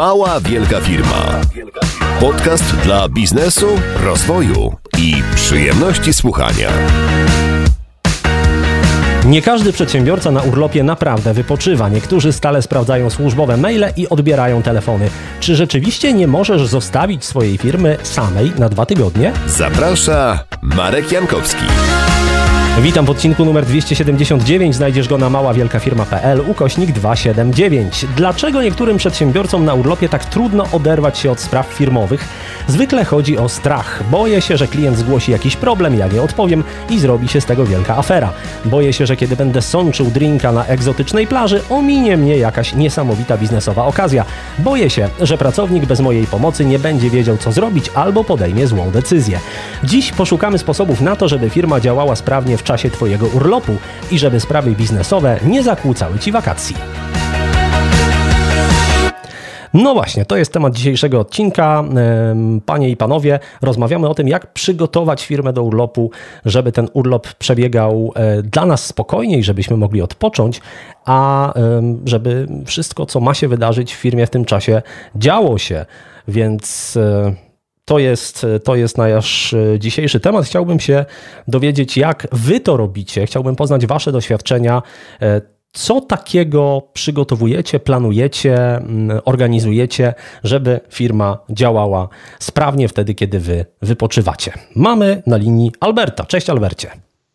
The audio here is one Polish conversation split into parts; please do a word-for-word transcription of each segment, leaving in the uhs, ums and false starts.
Mała Wielka Firma. Podcast dla biznesu, rozwoju i przyjemności słuchania. Nie każdy przedsiębiorca na urlopie naprawdę wypoczywa. Niektórzy stale sprawdzają służbowe maile i odbierają telefony. Czy rzeczywiście nie możesz zostawić swojej firmy samej na dwa tygodnie? Zaprasza Marek Jankowski. Witam w odcinku numer dwieście siedemdziesiąt dziewięć. Znajdziesz go na maławielkafirma.pl ukośnik dwieście siedemdziesiąt dziewięć. Dlaczego niektórym przedsiębiorcom na urlopie tak trudno oderwać się od spraw firmowych? Zwykle chodzi o strach. Boję się, że klient zgłosi jakiś problem, ja nie odpowiem i zrobi się z tego wielka afera. Boję się, że kiedy będę sączył drinka na egzotycznej plaży, ominie mnie jakaś niesamowita biznesowa okazja. Boję się, że pracownik bez mojej pomocy nie będzie wiedział, co zrobić albo podejmie złą decyzję. Dziś poszukamy sposobów na to, żeby firma działała sprawnie w czasie Twojego urlopu i żeby sprawy biznesowe nie zakłócały Ci wakacji. No właśnie, to jest temat dzisiejszego odcinka. Panie i panowie, rozmawiamy o tym, jak przygotować firmę do urlopu, żeby ten urlop przebiegał dla nas spokojniej, żebyśmy mogli odpocząć, a żeby wszystko, co ma się wydarzyć w firmie w tym czasie, działo się. Więc To jest, to jest nasz dzisiejszy temat. Chciałbym się dowiedzieć, jak wy to robicie. Chciałbym poznać wasze doświadczenia. Co takiego przygotowujecie, planujecie, organizujecie, żeby firma działała sprawnie wtedy, kiedy wy wypoczywacie. Mamy na linii Alberta. Cześć, Albercie.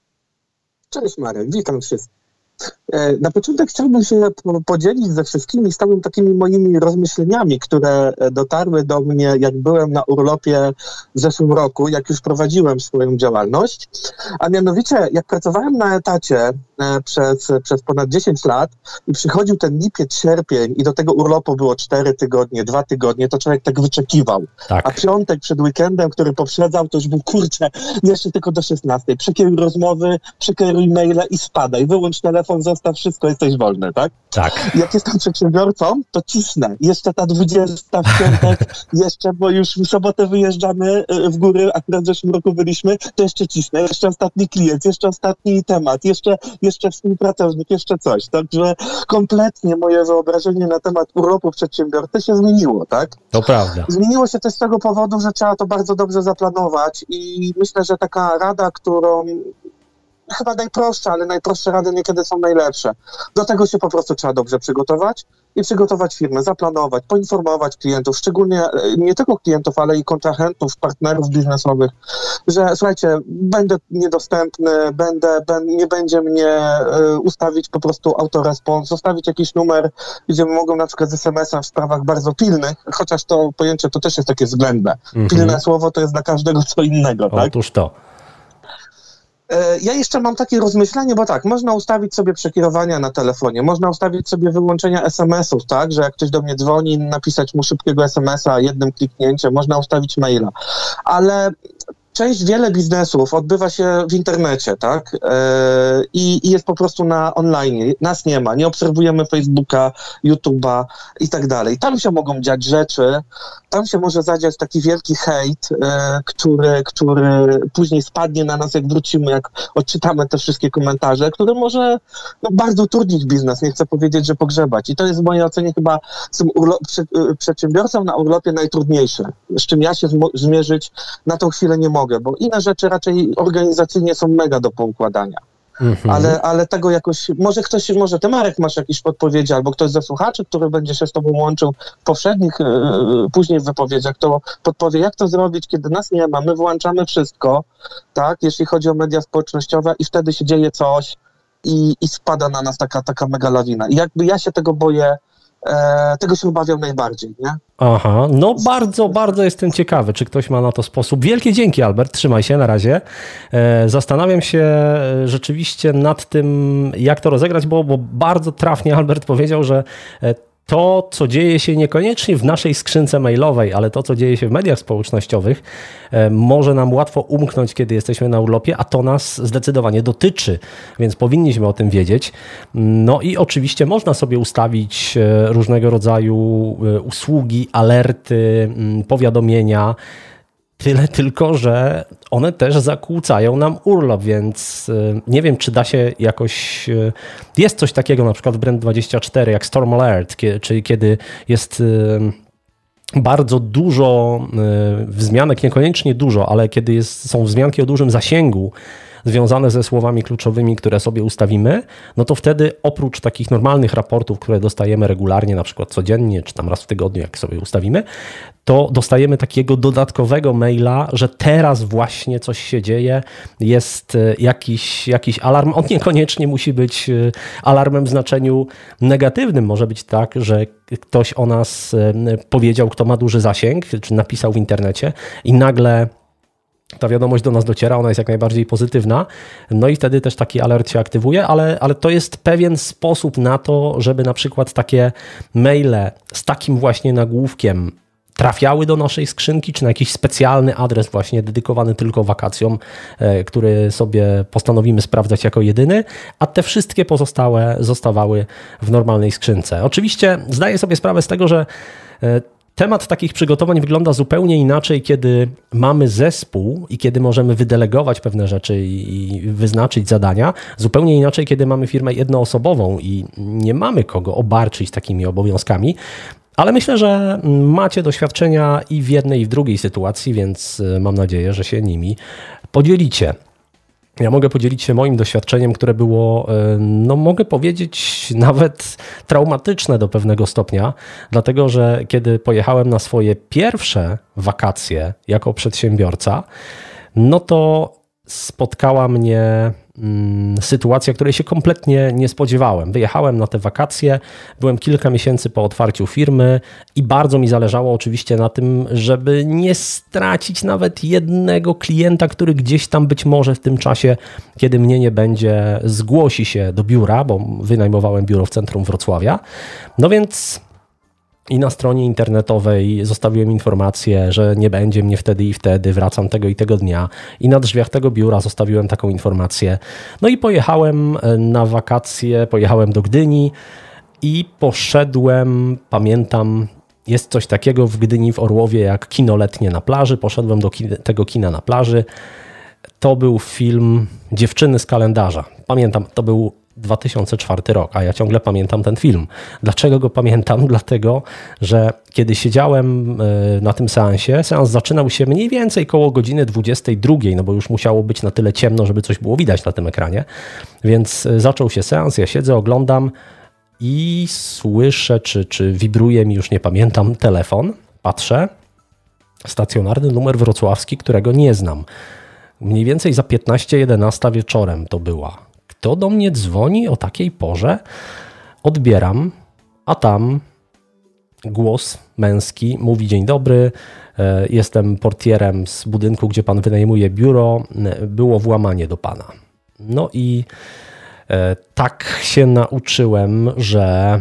Cześć, Marek. Witam wszystkich. Na początek chciałbym się podzielić ze wszystkimi stałymi takimi moimi rozmyśleniami, które dotarły do mnie, jak byłem na urlopie w zeszłym roku, jak już prowadziłem swoją działalność. A mianowicie, jak pracowałem na etacie przez, przez ponad dziesięć lat i przychodził ten lipiec, sierpień i do tego urlopu było cztery tygodnie, dwa tygodnie, to człowiek tak wyczekiwał. Tak. A piątek przed weekendem, który poprzedzał, to już był, kurczę, jeszcze tylko do szesnastej. Przekieruj rozmowy, przekieruj maile i spadaj. Wyłącz telefon, zostaw wszystko, jesteś wolny, tak? Tak. Jak jestem przedsiębiorcą, to cisnę. Jeszcze ta dwudziesta w piątek, jeszcze, bo już w sobotę wyjeżdżamy w góry, akurat w zeszłym roku byliśmy, to jeszcze cisnę. Jeszcze ostatni klient, jeszcze ostatni temat, jeszcze, jeszcze współpracownik, jeszcze coś. Także kompletnie moje wyobrażenie na temat urlopu przedsiębiorcy się zmieniło, tak? To prawda. Zmieniło się też z tego powodu, że trzeba to bardzo dobrze zaplanować i myślę, że taka rada, którą chyba najprostsza, ale najprostsze rady niekiedy są najlepsze. Do tego się po prostu trzeba dobrze przygotować i przygotować firmę, zaplanować, poinformować klientów, szczególnie nie tylko klientów, ale i kontrahentów, partnerów biznesowych, że słuchajcie, będę niedostępny, będę, będę nie będzie mnie y, ustawić po prostu autorespons, zostawić jakiś numer, gdzie mogą na przykład z es em esem w sprawach bardzo pilnych, chociaż to pojęcie to też jest takie względne. Mhm. Pilne słowo to jest dla każdego co innego, tak? Otóż to. Ja jeszcze mam takie rozmyślenie, bo tak, można ustawić sobie przekierowania na telefonie, można ustawić sobie wyłączenia es em esów, tak, że jak ktoś do mnie dzwoni, napisać mu szybkiego es em esa jednym kliknięciem, można ustawić maila, ale część, wiele biznesów odbywa się w internecie, tak, yy, i jest po prostu na online, nas nie ma, nie obserwujemy Facebooka, YouTube'a i tak dalej. Tam się mogą dziać rzeczy, tam się może zadziać taki wielki hejt, yy, który, który później spadnie na nas, jak wrócimy, jak odczytamy te wszystkie komentarze, które może no, bardzo utrudnić biznes, nie chcę powiedzieć, że pogrzebać. I to jest w mojej ocenie chyba z tym urlo- przy, yy, przedsiębiorcą na urlopie najtrudniejsze, z czym ja się zmo- zmierzyć na tą chwilę nie mogę, bo inne rzeczy raczej organizacyjnie są mega do poukładania. Mhm. Ale, ale tego jakoś, może ktoś, może ty, Marek, masz jakieś podpowiedzi, albo ktoś ze słuchaczy, który będzie się z tobą łączył w powszednich, yy, później w wypowiedziach, to podpowie, jak to zrobić, kiedy nas nie ma, my włączamy wszystko, tak, jeśli chodzi o media społecznościowe i wtedy się dzieje coś i, i spada na nas taka, taka mega lawina. I jakby ja się tego boję, E, tego się obawiam najbardziej, nie? Aha, no bardzo, bardzo jestem ciekawy, czy ktoś ma na to sposób. Wielkie dzięki, Albert, trzymaj się na razie. E, zastanawiam się rzeczywiście nad tym, jak to rozegrać, bo, bo bardzo trafnie Albert powiedział, że to, co dzieje się niekoniecznie w naszej skrzynce mailowej, ale to, co dzieje się w mediach społecznościowych, może nam łatwo umknąć, kiedy jesteśmy na urlopie, a to nas zdecydowanie dotyczy, więc powinniśmy o tym wiedzieć. No i oczywiście można sobie ustawić różnego rodzaju usługi, alerty, powiadomienia, Tyle tylko, że one też zakłócają nam urlop, więc nie wiem, czy da się jakoś... Jest coś takiego na przykład w Brand dwadzieścia cztery, jak Storm Alert, czyli kiedy jest bardzo dużo wzmianek, niekoniecznie dużo, ale kiedy jest, są wzmianki o dużym zasięgu związane ze słowami kluczowymi, które sobie ustawimy, no to wtedy oprócz takich normalnych raportów, które dostajemy regularnie, na przykład codziennie, czy tam raz w tygodniu, jak sobie ustawimy, to dostajemy takiego dodatkowego maila, że teraz właśnie coś się dzieje, jest jakiś, jakiś alarm. On niekoniecznie musi być alarmem w znaczeniu negatywnym. Może być tak, że ktoś o nas powiedział, kto ma duży zasięg, czy napisał w internecie i nagle ta wiadomość do nas dociera, ona jest jak najbardziej pozytywna, no i wtedy też taki alert się aktywuje, ale, ale to jest pewien sposób na to, żeby na przykład takie maile z takim właśnie nagłówkiem trafiały do naszej skrzynki, czy na jakiś specjalny adres właśnie dedykowany tylko wakacjom, który sobie postanowimy sprawdzać jako jedyny, a te wszystkie pozostałe zostawały w normalnej skrzynce. Oczywiście zdaję sobie sprawę z tego, że temat takich przygotowań wygląda zupełnie inaczej, kiedy mamy zespół i kiedy możemy wydelegować pewne rzeczy i wyznaczyć zadania. Zupełnie inaczej, kiedy mamy firmę jednoosobową i nie mamy kogo obarczyć takimi obowiązkami. Ale myślę, że macie doświadczenia i w jednej, i w drugiej sytuacji, więc mam nadzieję, że się nimi podzielicie. Ja mogę podzielić się moim doświadczeniem, które było, no mogę powiedzieć, nawet traumatyczne do pewnego stopnia, dlatego że kiedy pojechałem na swoje pierwsze wakacje jako przedsiębiorca, no to spotkała mnie sytuacja, której się kompletnie nie spodziewałem. Wyjechałem na te wakacje, byłem kilka miesięcy po otwarciu firmy i bardzo mi zależało oczywiście na tym, żeby nie stracić nawet jednego klienta, który gdzieś tam być może w tym czasie, kiedy mnie nie będzie, zgłosi się do biura, bo wynajmowałem biuro w centrum Wrocławia. No więc i na stronie internetowej zostawiłem informację, że nie będzie mnie wtedy i wtedy, wracam tego i tego dnia. I na drzwiach tego biura zostawiłem taką informację. No i pojechałem na wakacje, pojechałem do Gdyni i poszedłem, pamiętam, jest coś takiego w Gdyni, w Orłowie, jak kino letnie na plaży. Poszedłem do kin- tego kina na plaży. To był film Dziewczyny z kalendarza. Pamiętam, to był dwa tysiące czwarty rok, a ja ciągle pamiętam ten film. Dlaczego go pamiętam? Dlatego, że kiedy siedziałem na tym seansie, seans zaczynał się mniej więcej koło godziny dwudziestej drugiej, no bo już musiało być na tyle ciemno, żeby coś było widać na tym ekranie, więc zaczął się seans, ja siedzę, oglądam i słyszę, czy, czy wibruje mi, już nie pamiętam, telefon, patrzę, stacjonarny numer wrocławski, którego nie znam. Mniej więcej za piętnaście jedenaście wieczorem to była. Kto do mnie dzwoni o takiej porze? Odbieram, a tam głos męski mówi: dzień dobry, jestem portierem z budynku, gdzie pan wynajmuje biuro, było włamanie do pana. No i tak się nauczyłem, że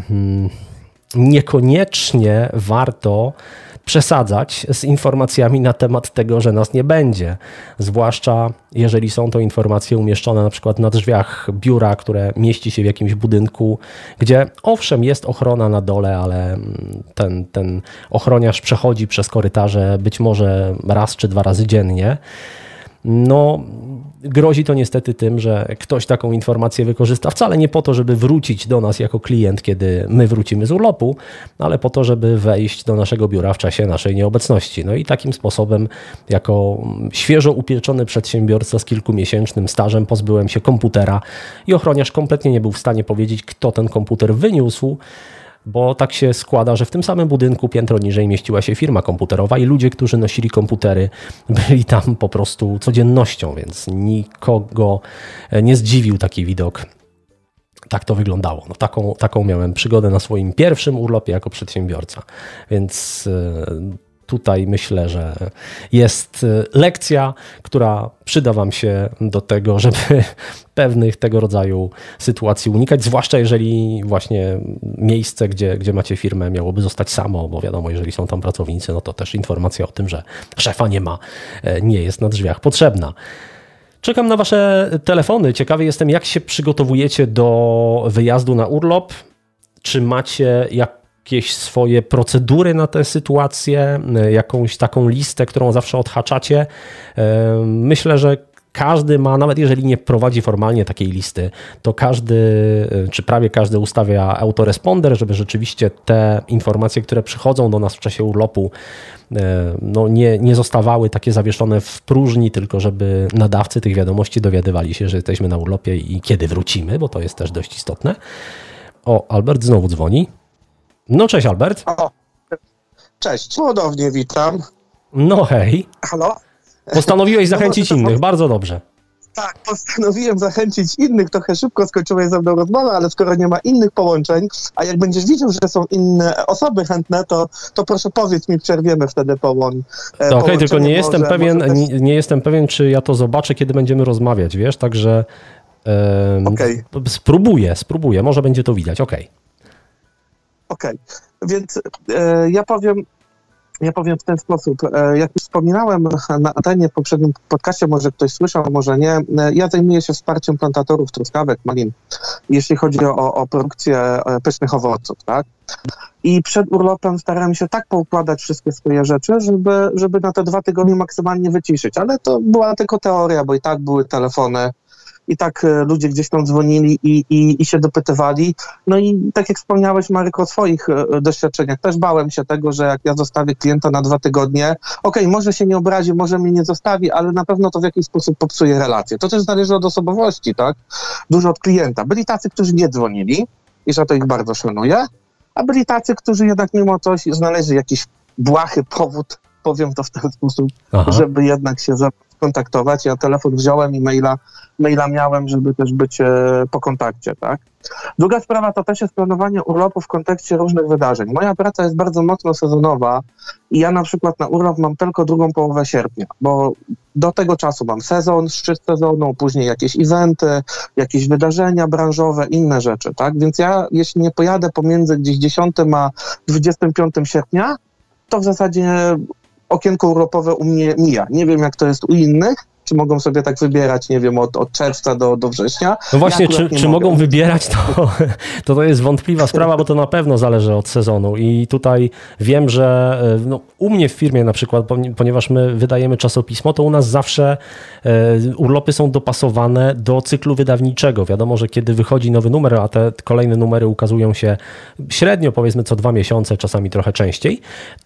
niekoniecznie warto przesadzać z informacjami na temat tego, że nas nie będzie. Zwłaszcza jeżeli są to informacje umieszczone na przykład na drzwiach biura, które mieści się w jakimś budynku, gdzie owszem jest ochrona na dole, ale ten, ten ochroniarz przechodzi przez korytarze być może raz czy dwa razy dziennie. No, grozi to niestety tym, że ktoś taką informację wykorzysta wcale nie po to, żeby wrócić do nas jako klient, kiedy my wrócimy z urlopu, ale po to, żeby wejść do naszego biura w czasie naszej nieobecności. No i takim sposobem, jako świeżo upieczony przedsiębiorca z kilkumiesięcznym stażem, pozbyłem się komputera i ochroniarz kompletnie nie był w stanie powiedzieć, kto ten komputer wyniósł, bo tak się składa, że w tym samym budynku piętro niżej mieściła się firma komputerowa i ludzie, którzy nosili komputery, byli tam po prostu codziennością, więc nikogo nie zdziwił taki widok. Tak to wyglądało. No, taką, taką miałem przygodę na swoim pierwszym urlopie jako przedsiębiorca, więc tutaj myślę, że jest lekcja, która przyda wam się do tego, żeby pewnych tego rodzaju sytuacji unikać, zwłaszcza jeżeli właśnie miejsce, gdzie, gdzie macie firmę, miałoby zostać samo, bo wiadomo, jeżeli są tam pracownicy, no to też informacja o tym, że szefa nie ma, nie jest na drzwiach potrzebna. Czekam na wasze telefony. Ciekawy jestem, jak się przygotowujecie do wyjazdu na urlop. Czy macie jak jakieś swoje procedury na tę sytuację, jakąś taką listę, którą zawsze odhaczacie. Myślę, że każdy ma, nawet jeżeli nie prowadzi formalnie takiej listy, to każdy, czy prawie każdy ustawia autoresponder, żeby rzeczywiście te informacje, które przychodzą do nas w czasie urlopu, no nie, nie zostawały takie zawieszone w próżni, tylko żeby nadawcy tych wiadomości dowiadywali się, że jesteśmy na urlopie i kiedy wrócimy, bo to jest też dość istotne. O, Albert znowu dzwoni. No cześć Albert. O, cześć, cudownie, witam. No hej. Halo? Postanowiłeś zachęcić no, innych, bardzo dobrze. Tak, postanowiłem zachęcić innych, trochę szybko skończyłeś ze mną rozmowę, ale skoro nie ma innych połączeń, a jak będziesz widział, że są inne osoby chętne, to, to proszę powiedz mi, przerwiemy wtedy połączenie. Okej, okay, tylko nie jestem może, pewien, może też... nie, nie jestem pewien, czy ja to zobaczę, kiedy będziemy rozmawiać, wiesz, także um, okay. spróbuję, spróbuję, może będzie to widać, okej. Okay. Okej, okay. Więc e, ja powiem Ja powiem w ten sposób. Jak już wspominałem na antenie w poprzednim podcaście, może ktoś słyszał, może nie, ja zajmuję się wsparciem plantatorów truskawek, malin, jeśli chodzi o, o produkcję pysznych owoców, tak? I przed urlopem starałem się tak poukładać wszystkie swoje rzeczy, żeby, żeby na te dwa tygodnie maksymalnie wyciszyć, ale to była tylko teoria, bo i tak były telefony, i tak ludzie gdzieś tam dzwonili i, i, i się dopytywali. No i tak jak wspomniałeś, Marek, o swoich doświadczeniach, też bałem się tego, że jak ja zostawię klienta na dwa tygodnie, okej, okay, może się nie obrazi, może mnie nie zostawi, ale na pewno to w jakiś sposób popsuje relację. To też zależy od osobowości, tak? Dużo od klienta. Byli tacy, którzy nie dzwonili i za to ich bardzo szanuję, a byli tacy, którzy jednak mimo coś znaleźli jakiś błahy powód, powiem to w ten sposób, Aha. żeby jednak się kontaktować. Ja telefon wziąłem i maila, maila miałem, żeby też być e, po kontakcie, tak? Druga sprawa to też jest planowanie urlopu w kontekście różnych wydarzeń. Moja praca jest bardzo mocno sezonowa i ja na przykład na urlop mam tylko drugą połowę sierpnia, bo do tego czasu mam sezon, szczyt sezonu, później jakieś eventy, jakieś wydarzenia branżowe, inne rzeczy, tak? Więc ja, jeśli nie pojadę pomiędzy gdzieś dziesiątym a dwudziestym piątym sierpnia, to w zasadzie okienko urlopowe u mnie mija. Nie wiem, jak to jest u innych, czy mogą sobie tak wybierać, nie wiem, od, od czerwca do, do września. No właśnie, ja czy, czy mogą wybierać, to, to to jest wątpliwa sprawa, bo to na pewno zależy od sezonu i tutaj wiem, że no, u mnie w firmie na przykład, ponieważ my wydajemy czasopismo, to u nas zawsze e, urlopy są dopasowane do cyklu wydawniczego. Wiadomo, że kiedy wychodzi nowy numer, a te kolejne numery ukazują się średnio, powiedzmy co dwa miesiące, czasami trochę częściej,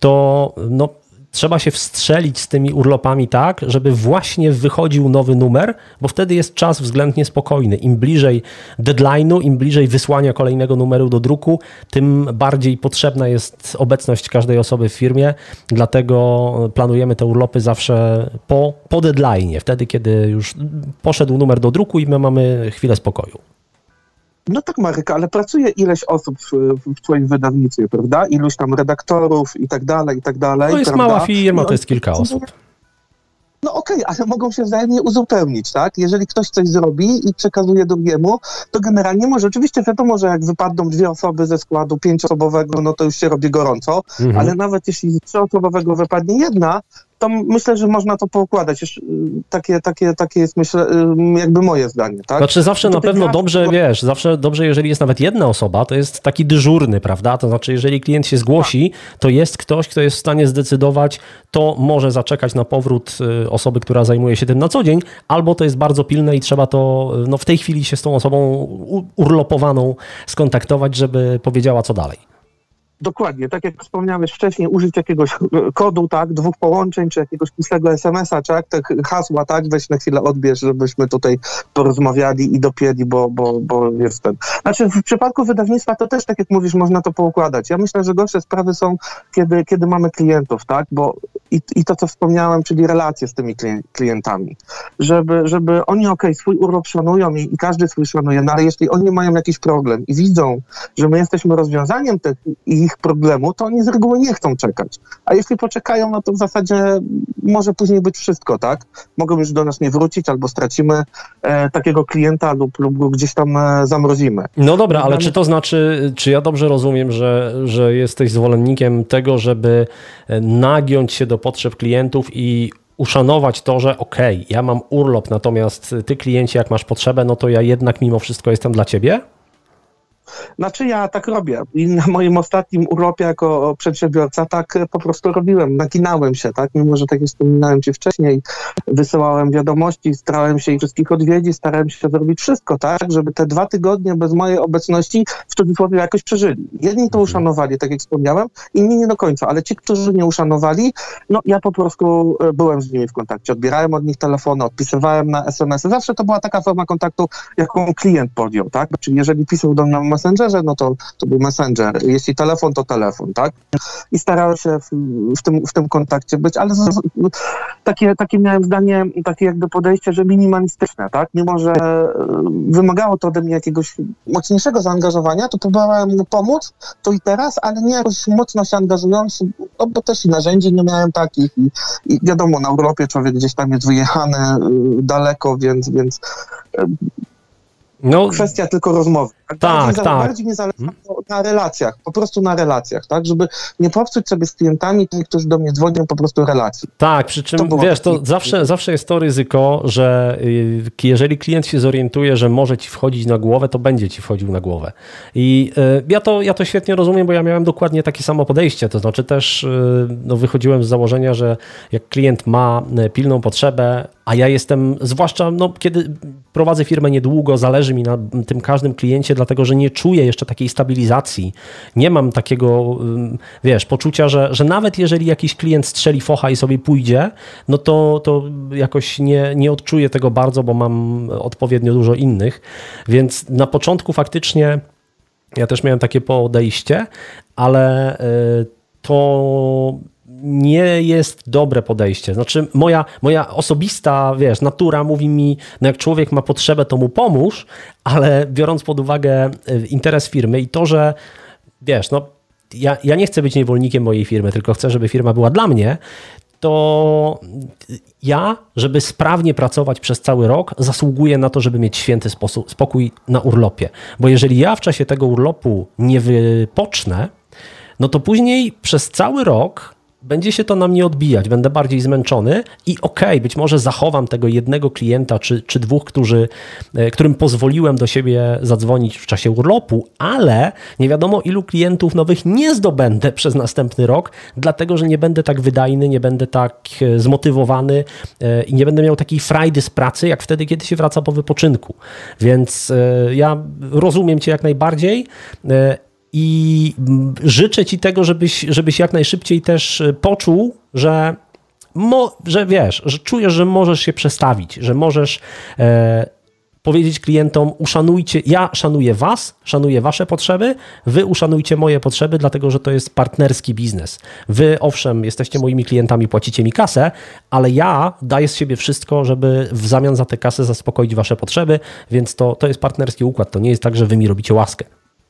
to no trzeba się wstrzelić z tymi urlopami tak, żeby właśnie wychodził nowy numer, bo wtedy jest czas względnie spokojny. Im bliżej deadline'u, im bliżej wysłania kolejnego numeru do druku, tym bardziej potrzebna jest obecność każdej osoby w firmie, dlatego planujemy te urlopy zawsze po, po deadline'ie, wtedy kiedy już poszedł numer do druku i my mamy chwilę spokoju. No tak, Marek, ale pracuje ileś osób w, w twoim wydawnictwie, prawda? Iluś tam redaktorów i tak dalej, i tak dalej. To jest prawda? mała firma, to jest kilka osób. No okej, okay, ale mogą się wzajemnie uzupełnić, tak? Jeżeli ktoś coś zrobi i przekazuje drugiemu, to generalnie może. Oczywiście wiadomo, że jak wypadną dwie osoby ze składu pięcioosobowego, no to już się robi gorąco, mhm. ale nawet jeśli z trzyosobowego wypadnie jedna, to myślę, że można to poukładać. Już takie, takie, takie jest, myślę, jakby moje zdanie, tak? Znaczy zawsze na pewno dobrze, wiesz, zawsze dobrze, jeżeli jest nawet jedna osoba, to jest taki dyżurny, prawda? To znaczy, jeżeli klient się zgłosi, to jest ktoś, kto jest w stanie zdecydować, to może zaczekać na powrót osoby, która zajmuje się tym na co dzień, albo to jest bardzo pilne i trzeba to no, w tej chwili się z tą osobą urlopowaną skontaktować, żeby powiedziała, co dalej. Dokładnie, tak jak wspomniałeś wcześniej, użyć jakiegoś kodu, tak, dwóch połączeń, czy jakiegoś pislego es em es a, czy jak tak, hasła, tak, weź na chwilę odbierz, żebyśmy tutaj porozmawiali i dopięli, bo, bo, bo jest ten. Znaczy w przypadku wydawnictwa to też, tak jak mówisz, można to poukładać. Ja myślę, że gorsze sprawy są, kiedy, kiedy mamy klientów, tak, bo i, i to, co wspomniałem, czyli relacje z tymi klientami, żeby, żeby oni, okej, okay, swój urlop szanują i, i każdy swój szanuje, no ale jeśli oni mają jakiś problem i widzą, że my jesteśmy rozwiązaniem tych ich problemu, to oni z reguły nie chcą czekać. A jeśli poczekają, no to w zasadzie może później być wszystko, tak? Mogą już do nas nie wrócić, albo stracimy e, takiego klienta lub, lub go gdzieś tam e, zamrozimy. No dobra, ale czy to znaczy, czy ja dobrze rozumiem, że, że jesteś zwolennikiem tego, żeby nagiąć się do potrzeb klientów i uszanować to, że okej, okay, ja mam urlop, natomiast ty klienci, jak masz potrzebę, no to ja jednak mimo wszystko jestem dla ciebie? Znaczy ja tak robię i na moim ostatnim urlopie jako przedsiębiorca tak po prostu robiłem, naginałem się, tak, mimo że tak jak wspominałem ci wcześniej, wysyłałem wiadomości, starałem się ich wszystkich odwiedzić, starałem się zrobić wszystko, tak, żeby te dwa tygodnie bez mojej obecności w cudzysłowie jakoś przeżyli. Jedni to uszanowali, tak jak wspomniałem, inni nie do końca, ale ci, którzy nie uszanowali, no ja po prostu byłem z nimi w kontakcie, odbierałem od nich telefony, odpisywałem na es em esy, zawsze to była taka forma kontaktu, jaką klient podjął, tak, czyli jeżeli pisał do mnie w Messengerze, no to, to był Messenger, jeśli telefon, to telefon, tak, i starałem się w, w, tym, w tym kontakcie być, ale z, takie, takie miałem zdanie, takie jakby podejście, że minimalistyczne, tak, mimo że wymagało to ode mnie jakiegoś mocniejszego zaangażowania, to próbowałem mu pomóc, tu i teraz, ale nie jakoś mocno się angażując, no bo też i narzędzi nie miałem takich i, i wiadomo, na urlopie człowiek gdzieś tam jest wyjechany y, daleko, więc, więc y, no, kwestia tylko rozmowy. Tak, bardziej, tak. Bardziej mi zależy na relacjach, po prostu na relacjach, tak, żeby nie popsuć sobie z klientami, tymi, którzy do mnie dzwonią, po prostu relacji. Tak, przy czym, to wiesz, to zawsze, zawsze jest to ryzyko, że jeżeli klient się zorientuje, że może ci wchodzić na głowę, to będzie ci wchodził na głowę. I ja to, ja to świetnie rozumiem, bo ja miałem dokładnie takie samo podejście, to znaczy też no, wychodziłem z założenia, że jak klient ma pilną potrzebę, a ja jestem, zwłaszcza no, kiedy prowadzę firmę niedługo, zależy mi na tym każdym kliencie, dlatego że nie czuję jeszcze takiej stabilizacji. Nie mam takiego, wiesz, poczucia, że, że nawet jeżeli jakiś klient strzeli focha i sobie pójdzie, no to, to jakoś nie, nie odczuję tego bardzo, bo mam odpowiednio dużo innych. Więc na początku faktycznie ja też miałem takie podejście, ale to nie jest dobre podejście. Znaczy moja, moja osobista, wiesz, natura mówi mi, no jak człowiek ma potrzebę, to mu pomóż, ale biorąc pod uwagę interes firmy i to, że wiesz, no ja, ja nie chcę być niewolnikiem mojej firmy, tylko chcę, żeby firma była dla mnie, to ja, żeby sprawnie pracować przez cały rok, zasługuję na to, żeby mieć święty sposób, spokój na urlopie. Bo jeżeli ja w czasie tego urlopu nie wypocznę, no to później przez cały rok będzie się to na mnie odbijać, będę bardziej zmęczony i okej, okay, być może zachowam tego jednego klienta czy, czy dwóch, którzy, którym pozwoliłem do siebie zadzwonić w czasie urlopu, ale nie wiadomo ilu klientów nowych nie zdobędę przez następny rok, dlatego że nie będę tak wydajny, nie będę tak zmotywowany i nie będę miał takiej frajdy z pracy, jak wtedy, kiedy się wraca po wypoczynku. Więc ja rozumiem cię jak najbardziej. I życzę ci tego, żebyś, żebyś jak najszybciej też poczuł, że, mo, że wiesz, że czujesz, że możesz się przestawić, że możesz e, powiedzieć klientom, uszanujcie, ja szanuję was, szanuję wasze potrzeby, wy uszanujcie moje potrzeby, dlatego że to jest partnerski biznes. Wy owszem, jesteście moimi klientami, płacicie mi kasę, ale ja daję z siebie wszystko, żeby w zamian za tę kasę zaspokoić wasze potrzeby, więc to, to jest partnerski układ, to nie jest tak, że wy mi robicie łaskę.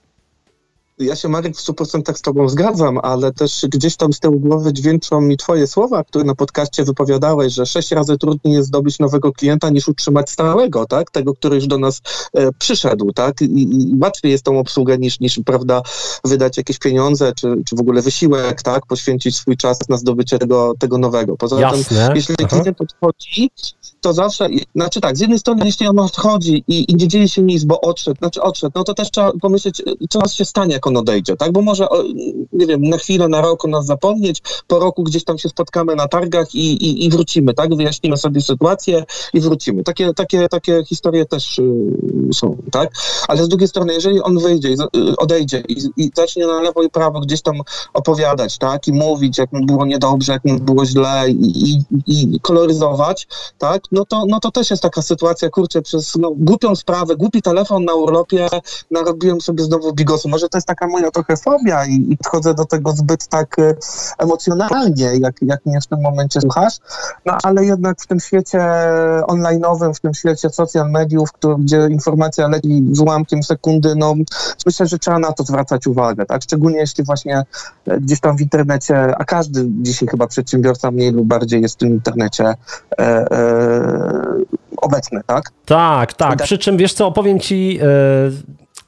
Ja się, Marek, w stu procentach z tobą zgadzam, ale też gdzieś tam z tyłu głowy dźwięczą mi twoje słowa, które na podcaście wypowiadałeś, że sześć razy trudniej jest zdobyć nowego klienta niż utrzymać stałego, tak? Tego, który już do nas e, przyszedł, tak? I, i łatwiej jest tą obsługę niż, niż, prawda, wydać jakieś pieniądze, czy, czy w ogóle wysiłek, tak? Poświęcić swój czas na zdobycie tego, tego nowego. Poza Jasne. tym, jeśli Aha. klient odchodzi, to zawsze, znaczy tak, z jednej strony, jeśli on odchodzi i, i nie dzieje się nic, bo odszedł, znaczy odszedł, no to też trzeba pomyśleć, co się stanie, jak on odejdzie, tak, bo może, nie wiem, na chwilę, na rok o nas zapomnieć, po roku gdzieś tam się spotkamy na targach i, i, i wrócimy, tak, wyjaśnimy sobie sytuację i wrócimy. Takie, takie, takie historie też y, są, tak, ale z drugiej strony, jeżeli on wyjdzie, y, odejdzie i, i zacznie na lewo i prawo gdzieś tam opowiadać, tak, i mówić, jak mu było niedobrze, jak mu było źle i, i, i koloryzować, tak, no to, no to też jest taka sytuacja, kurczę, przez no, głupią sprawę, głupi telefon na urlopie, narobiłem sobie znowu bigosu. Może to jest taka moja trochę fobia i, i podchodzę do tego zbyt tak e, emocjonalnie, jak, jak mnie w tym momencie słuchasz, no ale jednak w tym świecie online'owym, w tym świecie social mediów, który, gdzie informacja leci z ułamkiem sekundy, no myślę, że trzeba na to zwracać uwagę, tak? Szczególnie jeśli właśnie gdzieś tam w internecie, a każdy dzisiaj chyba przedsiębiorca mniej lub bardziej jest w tym internecie e, e, obecny, tak? Tak, tak. Przy czym, wiesz co, opowiem ci, yy,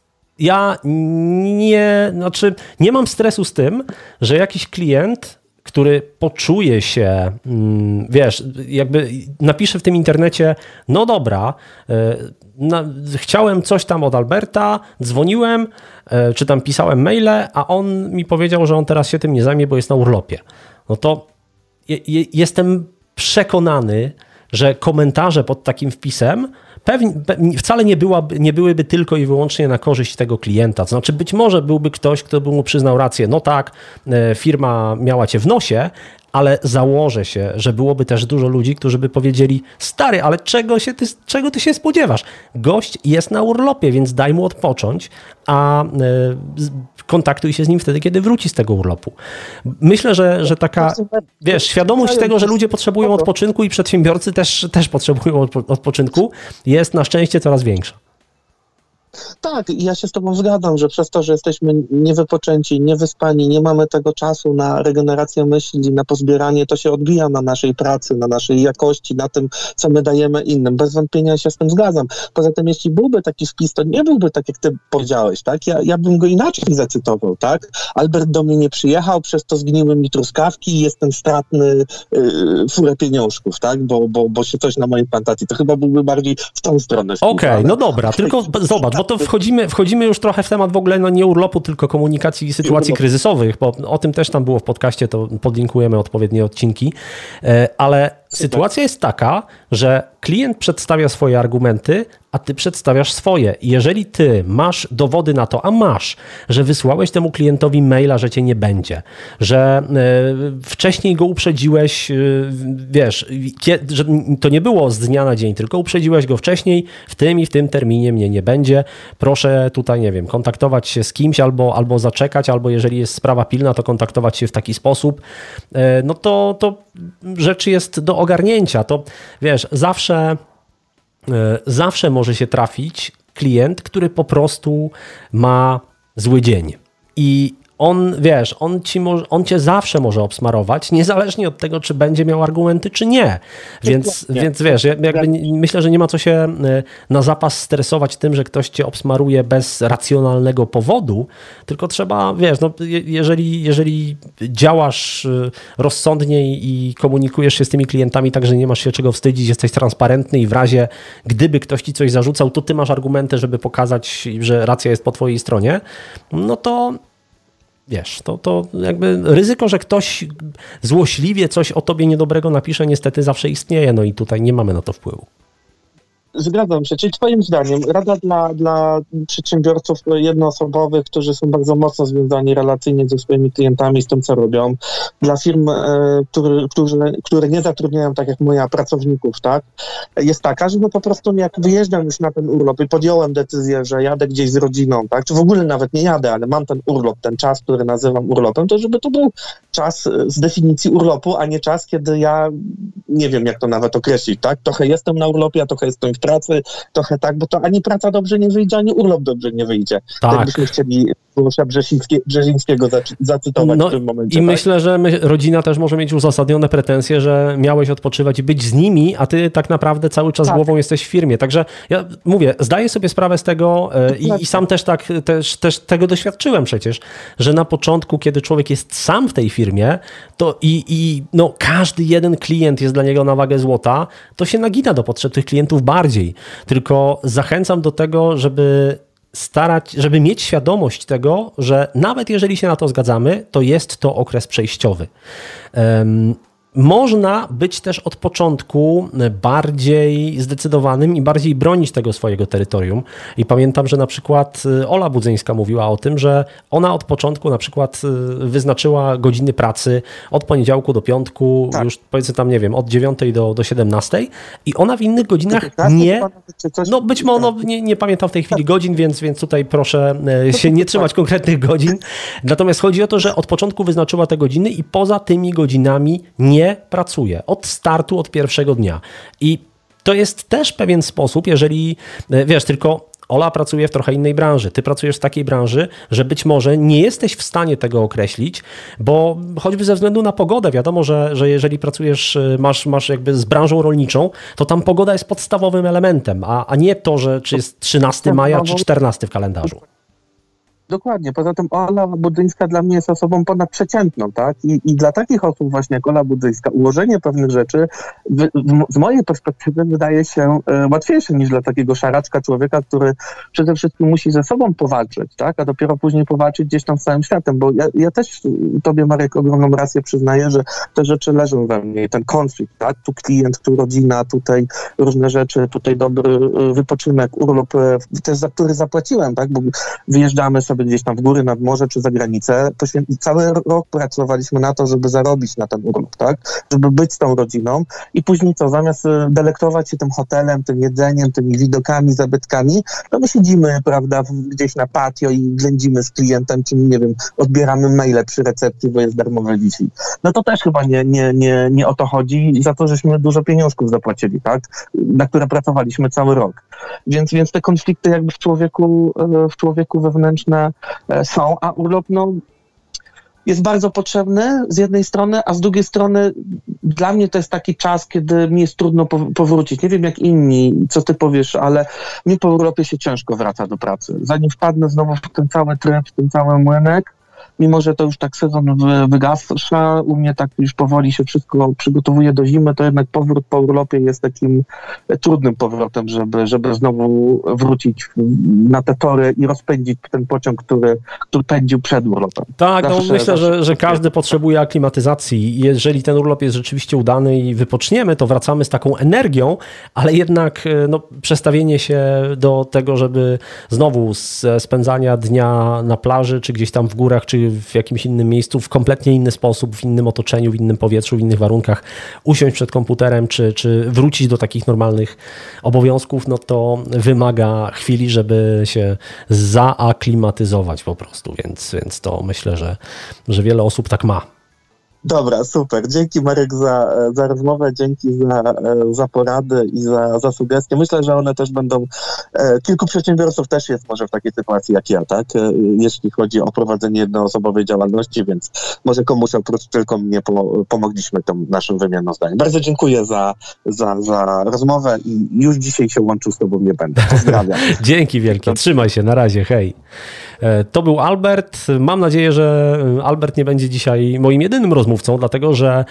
ja nie, znaczy nie mam stresu z tym, że jakiś klient, który poczuje się, wiesz, jakby napisze w tym internecie, no dobra, na, chciałem coś tam od Alberta, dzwoniłem, czy tam pisałem maile, a on mi powiedział, że on teraz się tym nie zajmie, bo jest na urlopie. No to je, je, jestem przekonany, że komentarze pod takim wpisem pewnie, wcale nie, byłaby, nie byłyby tylko i wyłącznie na korzyść tego klienta. To znaczy być może byłby ktoś, kto by mu przyznał rację, no tak, firma miała cię w nosie, ale założę się, że byłoby też dużo ludzi, którzy by powiedzieli, stary, ale czego, się ty, czego ty się spodziewasz? Gość jest na urlopie, więc daj mu odpocząć, a y, kontaktuj się z nim wtedy, kiedy wróci z tego urlopu. Myślę, że, że taka, wiesz, świadomość tego, że ludzie potrzebują odpoczynku i przedsiębiorcy też, też potrzebują odpoczynku, jest na szczęście coraz większa. Tak, i ja się z tobą zgadzam, że przez to, że jesteśmy niewypoczęci, niewyspani, nie mamy tego czasu na regenerację myśli, na pozbieranie, to się odbija na naszej pracy, na naszej jakości, na tym, co my dajemy innym. Bez wątpienia się z tym zgadzam. Poza tym, jeśli byłby taki wpis, to nie byłby tak, jak ty powiedziałeś, tak? Ja, ja bym go inaczej zacytował, tak? Albert do mnie nie przyjechał, przez to zgniły mi truskawki i jestem stratny yy, furę pieniążków, tak? Bo, bo, bo się coś na mojej plantacji. To chyba byłby bardziej w tą stronę. Okej, okay, no dobra, tylko zobacz, bo to wchodzimy, wchodzimy już trochę w temat w ogóle no nie urlopu, tylko komunikacji i sytuacji kryzysowych, bo o tym też tam było w podcaście, to podlinkujemy odpowiednie odcinki, ale sytuacja jest taka, że klient przedstawia swoje argumenty, a ty przedstawiasz swoje. I jeżeli ty masz dowody na to, a masz, że wysłałeś temu klientowi maila, że cię nie będzie, że y, wcześniej go uprzedziłeś, y, wiesz, kiedy, że to nie było z dnia na dzień, tylko uprzedziłeś go wcześniej, w tym i w tym terminie mnie nie będzie. Proszę tutaj, nie wiem, kontaktować się z kimś albo, albo zaczekać, albo jeżeli jest sprawa pilna, to kontaktować się w taki sposób. Y, no to, to rzecz jest do ogarnięcia. To, wiesz, zawsze Zawsze może się trafić klient, który po prostu ma zły dzień. I on, wiesz, on, ci może, on cię zawsze może obsmarować, niezależnie od tego, czy będzie miał argumenty, czy nie. Więc, nie. więc wiesz, jakby myślę, że nie ma co się na zapas stresować tym, że ktoś cię obsmaruje bez racjonalnego powodu, tylko trzeba, wiesz, no, jeżeli, jeżeli działasz rozsądnie i komunikujesz się z tymi klientami tak, że nie masz się czego wstydzić, jesteś transparentny i w razie, gdyby ktoś ci coś zarzucał, to ty masz argumenty, żeby pokazać, że racja jest po twojej stronie, no to wiesz, to, to jakby ryzyko, że ktoś złośliwie coś o tobie niedobrego napisze, niestety zawsze istnieje, no i tutaj nie mamy na to wpływu. Zgadzam się. Czyli twoim zdaniem rada dla, dla przedsiębiorców jednoosobowych, którzy są bardzo mocno związani relacyjnie ze swoimi klientami, z tym, co robią, dla firm, e, który, którzy, które nie zatrudniają, tak jak moja, pracowników, tak, jest taka, że no po prostu jak wyjeżdżam już na ten urlop i podjąłem decyzję, że jadę gdzieś z rodziną, tak, czy w ogóle nawet nie jadę, ale mam ten urlop, ten czas, który nazywam urlopem, to żeby to był czas z definicji urlopu, a nie czas, kiedy ja nie wiem, jak to nawet określić, tak, trochę jestem na urlopie, a trochę jestem w pracy, trochę tak, bo to ani praca dobrze nie wyjdzie, ani urlop dobrze nie wyjdzie. Tak. Jakbyśmy chcieli Miłosza Brzezińskiego zacytować no w tym momencie. I tak? myślę, że my, rodzina też może mieć uzasadnione pretensje, że miałeś odpoczywać i być z nimi, a ty tak naprawdę cały czas tak. głową jesteś w firmie. Także ja mówię, zdaję sobie sprawę z tego i, i sam też tak też, też tego doświadczyłem przecież, że na początku, kiedy człowiek jest sam w tej firmie, to i, i no, każdy jeden klient jest dla niego na wagę złota, to się nagina do potrzeb tych klientów bardziej. Tylko zachęcam do tego, żeby starać, żeby mieć świadomość tego, że nawet jeżeli się na to zgadzamy, to jest to okres przejściowy. Um, Można być też od początku bardziej zdecydowanym i bardziej bronić tego swojego terytorium. I pamiętam, że na przykład Ola Budzyńska mówiła o tym, że ona od początku na przykład wyznaczyła godziny pracy od poniedziałku do piątku, tak. już powiedzmy tam, nie wiem, od dziewiątej do, do siedemnastej i ona w innych godzinach nie, no być może, no, nie, nie pamiętam w tej chwili godzin, więc, więc tutaj proszę się nie trzymać konkretnych godzin. Natomiast chodzi o to, że od początku wyznaczyła te godziny i poza tymi godzinami nie pracuje od startu, od pierwszego dnia. I to jest też pewien sposób, jeżeli, wiesz, tylko Ola pracuje w trochę innej branży, ty pracujesz w takiej branży, że być może nie jesteś w stanie tego określić, bo choćby ze względu na pogodę, wiadomo, że, że jeżeli pracujesz, masz, masz jakby z branżą rolniczą, to tam pogoda jest podstawowym elementem, a, a nie to, że czy jest trzynastego maja, czy czternastego w kalendarzu. dokładnie. Poza tym Ola Budzyńska dla mnie jest osobą ponadprzeciętną, tak? I, i dla takich osób właśnie jak Ola Budzyńska ułożenie pewnych rzeczy w, w, z mojej perspektywy wydaje się e, łatwiejsze niż dla takiego szaraczka człowieka, który przede wszystkim musi ze sobą powalczyć, tak? A dopiero później powalczyć gdzieś tam z całym światem, bo ja, ja też tobie, Marek, ogromną rację przyznaję, że te rzeczy leżą we mnie. Ten konflikt, tak? Tu klient, tu rodzina, tutaj różne rzeczy, tutaj dobry wypoczynek, urlop, też za który zapłaciłem, tak? Bo wyjeżdżamy sobie gdzieś tam w góry, nad morze czy za granicę. Poświę- cały rok pracowaliśmy na to, żeby zarobić na ten urlop, tak? Żeby być z tą rodziną i później co? Zamiast delektować się tym hotelem, tym jedzeniem, tymi widokami, zabytkami, to my siedzimy, prawda, gdzieś na patio i ględzimy z klientem, czy nie wiem, odbieramy maile przy recepcji, bo jest darmowe Wi-Fi. No to też chyba nie, nie, nie, nie o to chodzi, za to, żeśmy dużo pieniążków zapłacili, tak? Na które pracowaliśmy cały rok. Więc, więc te konflikty jakby w człowieku, w człowieku wewnętrzne są, a urlop, no, jest bardzo potrzebny z jednej strony, a z drugiej strony dla mnie to jest taki czas, kiedy mi jest trudno powrócić. Nie wiem jak inni, co ty powiesz, ale mi po urlopie się ciężko wraca do pracy. Zanim wpadnę znowu w ten cały tryb, w ten cały młynek, mimo że to już tak sezon wygasza, u mnie tak już powoli się wszystko przygotowuje do zimy, to jednak powrót po urlopie jest takim trudnym powrotem, żeby, żeby znowu wrócić na te tory i rozpędzić ten pociąg, który, który pędził przed urlopem. Tak, zawsze, no myślę, zawsze że, że każdy potrzebuje aklimatyzacji. Jeżeli ten urlop jest rzeczywiście udany i wypoczniemy, to wracamy z taką energią, ale jednak no, przestawienie się do tego, żeby znowu z spędzania dnia na plaży, czy gdzieś tam w górach, czy w jakimś innym miejscu, w kompletnie inny sposób, w innym otoczeniu, w innym powietrzu, w innych warunkach, usiąść przed komputerem, czy, czy wrócić do takich normalnych obowiązków, no to wymaga chwili, żeby się zaaklimatyzować po prostu, więc, więc to myślę, że, że wiele osób tak ma. Dobra, super. Dzięki, Marek, za, za rozmowę, dzięki za, za porady i za, za sugestie. Myślę, że one też będą... Kilku przedsiębiorców też jest może w takiej sytuacji jak ja, tak? Jeśli chodzi o prowadzenie jednoosobowej działalności, więc może komuś oprócz tylko mnie po, pomogliśmy tą naszą wymianą zdań. Bardzo dziękuję za, za, za rozmowę i już dzisiaj się łączył z tobą nie będę. Pozdrawiam. Dzięki wielkie. Trzymaj się. Na razie. Hej. To był Albert. Mam nadzieję, że Albert nie będzie dzisiaj moim jedynym rozmówcą, dlatego że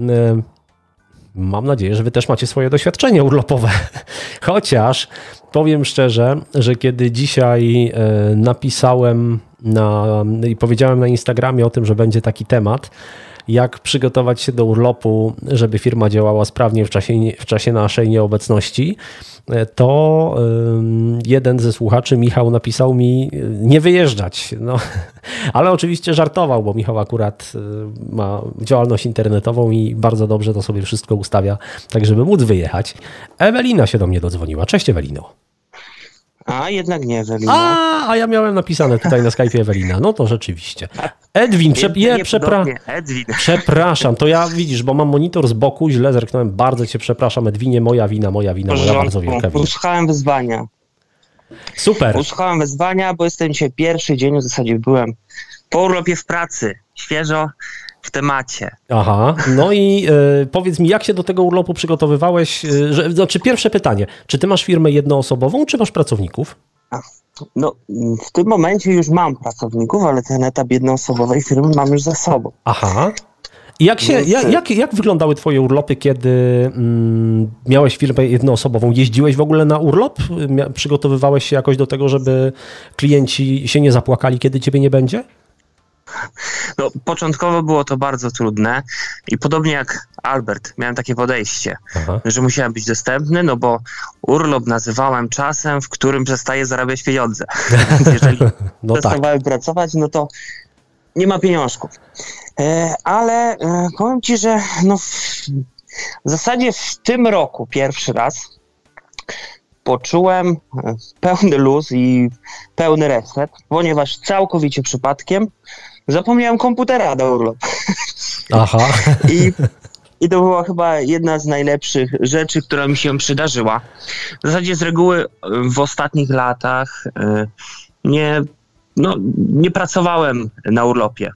mam nadzieję, że wy też macie swoje doświadczenie urlopowe. Chociaż powiem szczerze, że kiedy dzisiaj napisałem na, i powiedziałem na Instagramie o tym, że będzie taki temat, jak przygotować się do urlopu, żeby firma działała sprawnie w czasie, w czasie naszej nieobecności, to jeden ze słuchaczy, Michał, napisał mi nie wyjeżdżać. No, ale oczywiście żartował, bo Michał akurat ma działalność internetową i bardzo dobrze to sobie wszystko ustawia, tak żeby móc wyjechać. Ewelina się do mnie dodzwoniła. Cześć, Ewelino. A, jednak nie Ewelina. A, a ja miałem napisane tutaj na Skype'ie Ewelina. No to rzeczywiście. Edwin, prze, je, przepra... Edwin. przepraszam, to ja widzisz, bo mam monitor z boku, źle zerknąłem, bardzo cię przepraszam, Edwinie, moja wina, moja wina, moja bardzo wielka wina. Usłuchałem wyzwania. Super. Usłuchałem wyzwania, bo jestem dzisiaj pierwszy dzień, w zasadzie byłem po urlopie w pracy, świeżo w temacie. Aha, no i y, powiedz mi, jak się do tego urlopu przygotowywałeś? Y, że, znaczy pierwsze pytanie, czy ty masz firmę jednoosobową, czy masz pracowników? No, w tym momencie już mam pracowników, ale ten etap jednoosobowej firmy mam już za sobą. Aha. I jak, się, jak, jak, jak wyglądały twoje urlopy, kiedy mm, miałeś firmę jednoosobową? Jeździłeś w ogóle na urlop? Mia- przygotowywałeś się jakoś do tego, żeby klienci się nie zapłakali, kiedy ciebie nie będzie? No, początkowo było to bardzo trudne i podobnie jak Albert, miałem takie podejście, Aha. że musiałem być dostępny, no bo urlop nazywałem czasem, w którym przestaję zarabiać pieniądze. Więc jeżeli no przestawałem tak. pracować, no to nie ma pieniążków. E, ale e, powiem ci, że no w, w zasadzie w tym roku pierwszy raz poczułem pełny luz i pełny reset, ponieważ całkowicie przypadkiem zapomniałem komputera na urlop. Aha. I, I to była chyba jedna z najlepszych rzeczy, która mi się przydarzyła. W zasadzie z reguły w ostatnich latach nie, no, nie pracowałem na urlopie.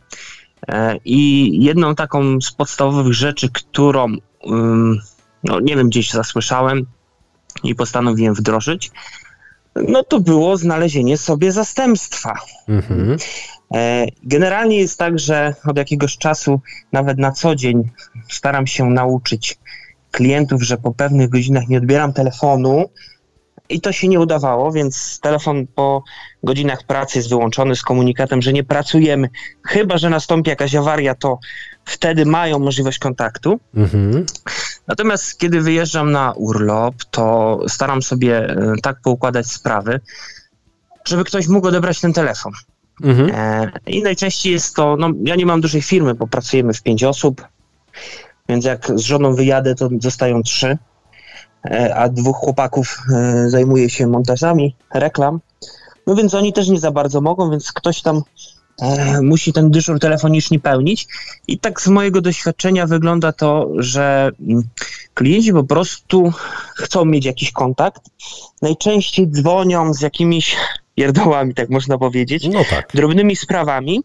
I jedną taką z podstawowych rzeczy, którą no, nie wiem, gdzieś zasłyszałem i postanowiłem wdrożyć, no to było znalezienie sobie zastępstwa. Mhm. Generalnie jest tak, że od jakiegoś czasu, nawet na co dzień, staram się nauczyć klientów, że po pewnych godzinach nie odbieram telefonu i to się nie udawało, więc telefon po godzinach pracy jest wyłączony z komunikatem, że nie pracujemy. Chyba że nastąpi jakaś awaria, to wtedy mają możliwość kontaktu. Mhm. Natomiast kiedy wyjeżdżam na urlop, to staram sobie tak poukładać sprawy, żeby ktoś mógł odebrać ten telefon. Mhm. E, I najczęściej jest to, no ja nie mam dużej firmy, bo pracujemy w pięć osób, więc jak z żoną wyjadę, to zostają trzy, e, a dwóch chłopaków e, zajmuje się montażami reklam, no więc oni też nie za bardzo mogą, więc ktoś tam e, musi ten dyżur telefoniczny pełnić i tak z mojego doświadczenia wygląda to, że klienci po prostu chcą mieć jakiś kontakt, najczęściej dzwonią z jakimiś pierdołami, tak można powiedzieć, no tak. drobnymi sprawami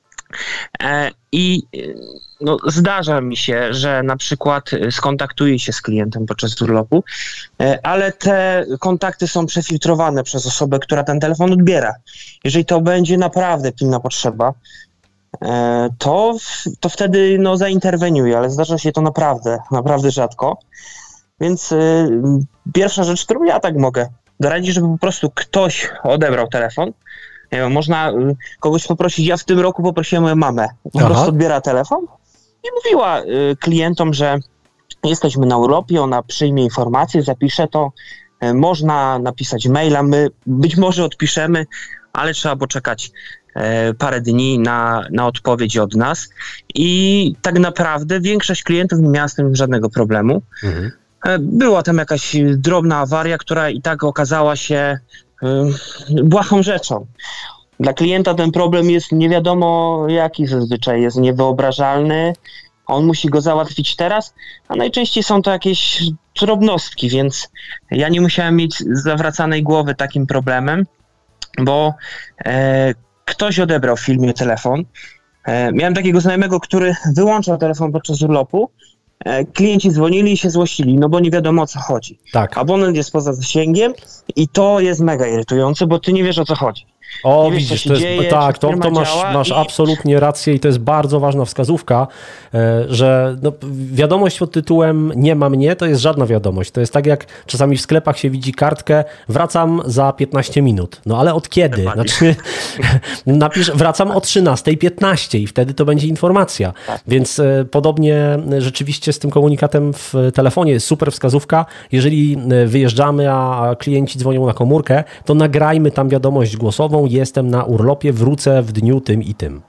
e, i no, zdarza mi się, że na przykład skontaktuję się z klientem podczas urlopu, e, ale te kontakty są przefiltrowane przez osobę, która ten telefon odbiera. Jeżeli to będzie naprawdę pilna potrzeba, e, to, to wtedy no, zainterweniuję, ale zdarza się to naprawdę, naprawdę rzadko. Więc e, pierwsza rzecz, którą ja tak mogę doradzić, żeby po prostu ktoś odebrał telefon. Nie wiem, można kogoś poprosić, ja w tym roku poprosiłem moją mamę, po Aha. prostu odbiera telefon i mówiła y, klientom, że jesteśmy na urlopie, ona przyjmie informację, zapisze to, y, można napisać maila, my być może odpiszemy, ale trzeba poczekać y, parę dni na, na odpowiedź od nas i tak naprawdę większość klientów nie miała z tym żadnego problemu. Mhm. Była tam jakaś drobna awaria, która i tak okazała się y, błahą rzeczą. Dla klienta ten problem jest nie wiadomo jaki zazwyczaj, jest niewyobrażalny, on musi go załatwić teraz, a najczęściej są to jakieś drobnostki, więc ja nie musiałem mieć zawracanej głowy takim problemem, bo e, ktoś odebrał w filmie telefon. E, miałem takiego znajomego, który wyłączał telefon podczas urlopu, klienci dzwonili i się złościli, no bo nie wiadomo o co chodzi. Tak. Abonent jest poza zasięgiem i to jest mega irytujące, bo ty nie wiesz o co chodzi. O, nie widzisz, wiesz, to jest, dzieje, tak, to, to masz, masz i... absolutnie rację i to jest bardzo ważna wskazówka, że no, wiadomość pod tytułem nie ma mnie, to jest żadna wiadomość. To jest tak jak czasami w sklepach się widzi kartkę, wracam za piętnaście minut. No ale od kiedy? Znaczy, napisz, wracam o trzynasta piętnaście i wtedy to będzie informacja. Tak. Więc podobnie rzeczywiście z tym komunikatem w telefonie jest super wskazówka. Jeżeli wyjeżdżamy, a klienci dzwonią na komórkę, to nagrajmy tam wiadomość głosową, jestem na urlopie, wrócę w dniu tym i tym.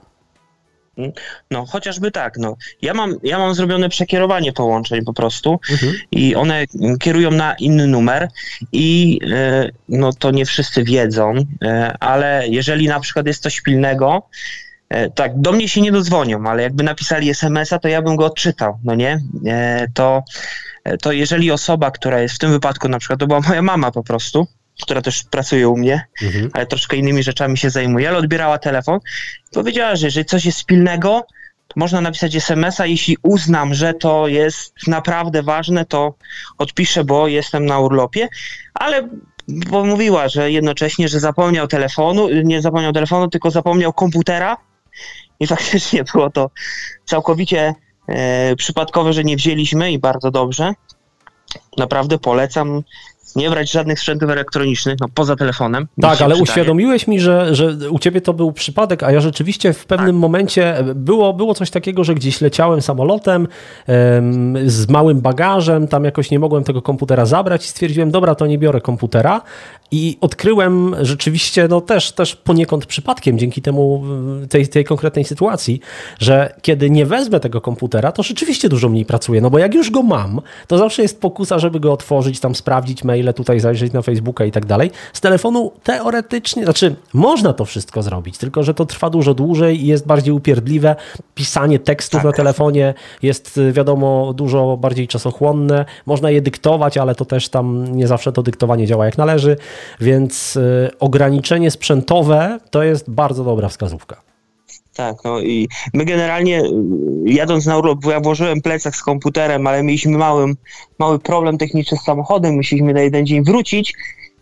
No, chociażby tak, no. Ja mam, ja mam zrobione przekierowanie połączeń po prostu mhm. i one kierują na inny numer i e, no to nie wszyscy wiedzą, e, ale jeżeli na przykład jest coś pilnego, e, tak, do mnie się nie dodzwonią, ale jakby napisali es em es a, to ja bym go odczytał, no nie? E, to, to jeżeli osoba, która jest w tym wypadku, na przykład to była moja mama po prostu, która też pracuje u mnie, mhm. ale troszkę innymi rzeczami się zajmuje, ale odbierała telefon i powiedziała, że jeżeli coś jest pilnego, to można napisać es em es a, jeśli uznam, że to jest naprawdę ważne, to odpiszę, bo jestem na urlopie, ale mówiła, że jednocześnie, że zapomniał telefonu, nie zapomniał telefonu, tylko zapomniał komputera i faktycznie było to całkowicie e, przypadkowe, że nie wzięliśmy i bardzo dobrze. Naprawdę polecam nie brać żadnych sprzętów elektronicznych, no poza telefonem. Tak, ale przydaje. Uświadomiłeś mi, że, że u ciebie to był przypadek, a ja rzeczywiście w pewnym tak. momencie było, było coś takiego, że gdzieś leciałem samolotem um, z małym bagażem, tam jakoś nie mogłem tego komputera zabrać i stwierdziłem, dobra, to nie biorę komputera i odkryłem rzeczywiście, no też, też poniekąd przypadkiem dzięki temu, tej, tej konkretnej sytuacji, że kiedy nie wezmę tego komputera, to rzeczywiście dużo mniej pracuję, no bo jak już go mam, to zawsze jest pokusa, żeby go otworzyć, tam sprawdzić mail, ile tutaj zajrzeć na Facebooka i tak dalej. Z telefonu teoretycznie, znaczy można to wszystko zrobić, tylko że to trwa dużo dłużej i jest bardziej upierdliwe. Pisanie tekstów tak. na telefonie jest wiadomo dużo bardziej czasochłonne. Można je dyktować, ale to też tam nie zawsze to dyktowanie działa jak należy, więc y, ograniczenie sprzętowe to jest bardzo dobra wskazówka. Tak, no i my generalnie jadąc na urlop, bo ja włożyłem plecak z komputerem, ale mieliśmy mały, mały problem techniczny z samochodem, musieliśmy na jeden dzień wrócić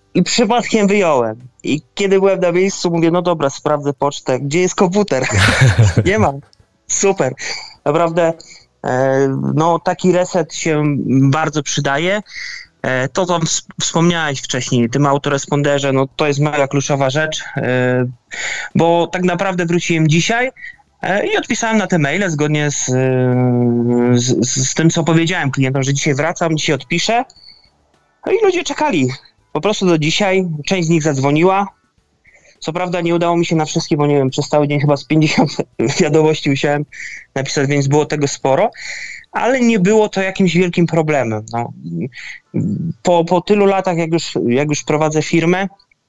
i przypadkiem wyjąłem. I kiedy byłem na miejscu, mówię, no dobra, sprawdzę pocztę, gdzie jest komputer? Nie mam. Super. Naprawdę no taki reset się bardzo przydaje. To, co wspomniałeś wcześniej, tym autoresponderze, no to jest mega kluczowa rzecz, bo tak naprawdę wróciłem dzisiaj i odpisałem na te maile zgodnie z, z, z tym, co powiedziałem klientom, że dzisiaj wracam, dzisiaj odpiszę. No i ludzie czekali po prostu do dzisiaj. Część z nich zadzwoniła. Co prawda nie udało mi się na wszystkie, bo nie wiem, przez cały dzień chyba z pięćdziesiąt wiadomości musiałem napisać, więc było tego sporo, ale nie było to jakimś wielkim problemem. No. Po, po tylu latach, jak już, jak już prowadzę firmę,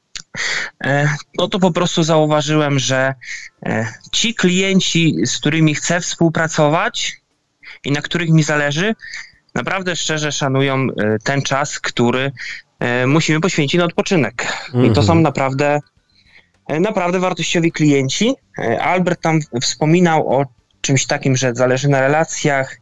no to po prostu zauważyłem, że ci klienci, z którymi chcę współpracować i na których mi zależy, naprawdę szczerze szanują ten czas, który musimy poświęcić na odpoczynek. Mm-hmm. I to są naprawdę naprawdę wartościowi klienci. Albert tam wspominał o czymś takim, że zależy na relacjach.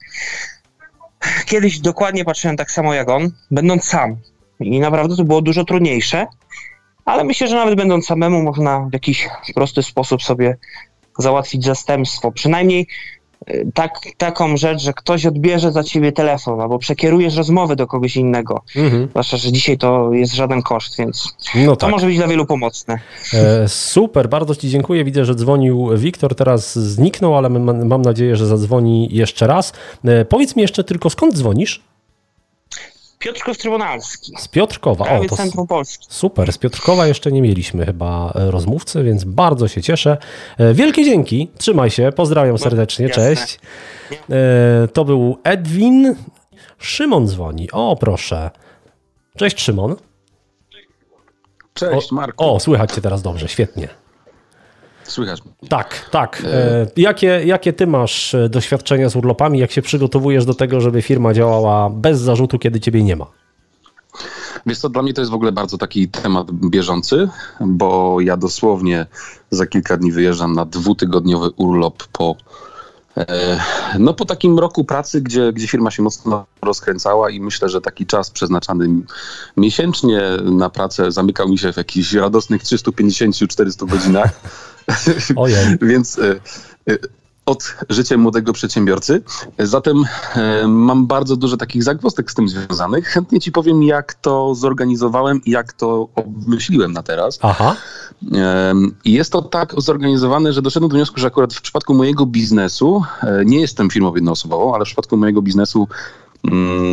Kiedyś dokładnie patrzyłem tak samo jak on, będąc sam. I naprawdę to było dużo trudniejsze, ale myślę, że nawet będąc samemu można w jakiś prosty sposób sobie załatwić zastępstwo. Przynajmniej tak, taką rzecz, że ktoś odbierze za ciebie telefon albo przekierujesz rozmowę do kogoś innego. Mhm. Zwłaszcza, że dzisiaj to jest żaden koszt, więc no to tak. Może być dla wielu pomocne. E, super, bardzo ci dziękuję. Widzę, że dzwonił Wiktor, teraz zniknął, ale mam, mam nadzieję, że zadzwoni jeszcze raz. E, powiedz mi jeszcze tylko, skąd dzwonisz? Piotrków Trybunalski. Z Piotrkowa. Prawie o, to centrum Polski. Super, z Piotrkowa jeszcze nie mieliśmy chyba rozmówcy, więc bardzo się cieszę. Wielkie dzięki, trzymaj się, pozdrawiam serdecznie, no, cześć. To był Edwin. Szymon dzwoni, o proszę. Cześć Szymon. Cześć Marku. O, o słychać cię teraz dobrze, świetnie. Słychać mnie. Tak, tak. E... Jakie, jakie ty masz doświadczenia z urlopami? Jak się przygotowujesz do tego, żeby firma działała bez zarzutu, kiedy ciebie nie ma? Wiesz co, dla mnie to jest w ogóle bardzo taki temat bieżący, bo ja dosłownie za kilka dni wyjeżdżam na dwutygodniowy urlop po, e, no po takim roku pracy, gdzie, gdzie firma się mocno rozkręcała i myślę, że taki czas przeznaczany miesięcznie na pracę zamykał mi się w jakichś radosnych trzysta pięćdziesiąt do czterystu godzinach. Ojej. Więc y, y, od życia młodego przedsiębiorcy. Zatem y, mam bardzo dużo takich zagwozdek z tym związanych. Chętnie ci powiem, jak to zorganizowałem i jak to obmyśliłem na teraz. Aha. Y, jest to tak zorganizowane, że doszedłem do wniosku, że akurat w przypadku mojego biznesu, y, nie jestem firmą jednoosobową, ale w przypadku mojego biznesu y,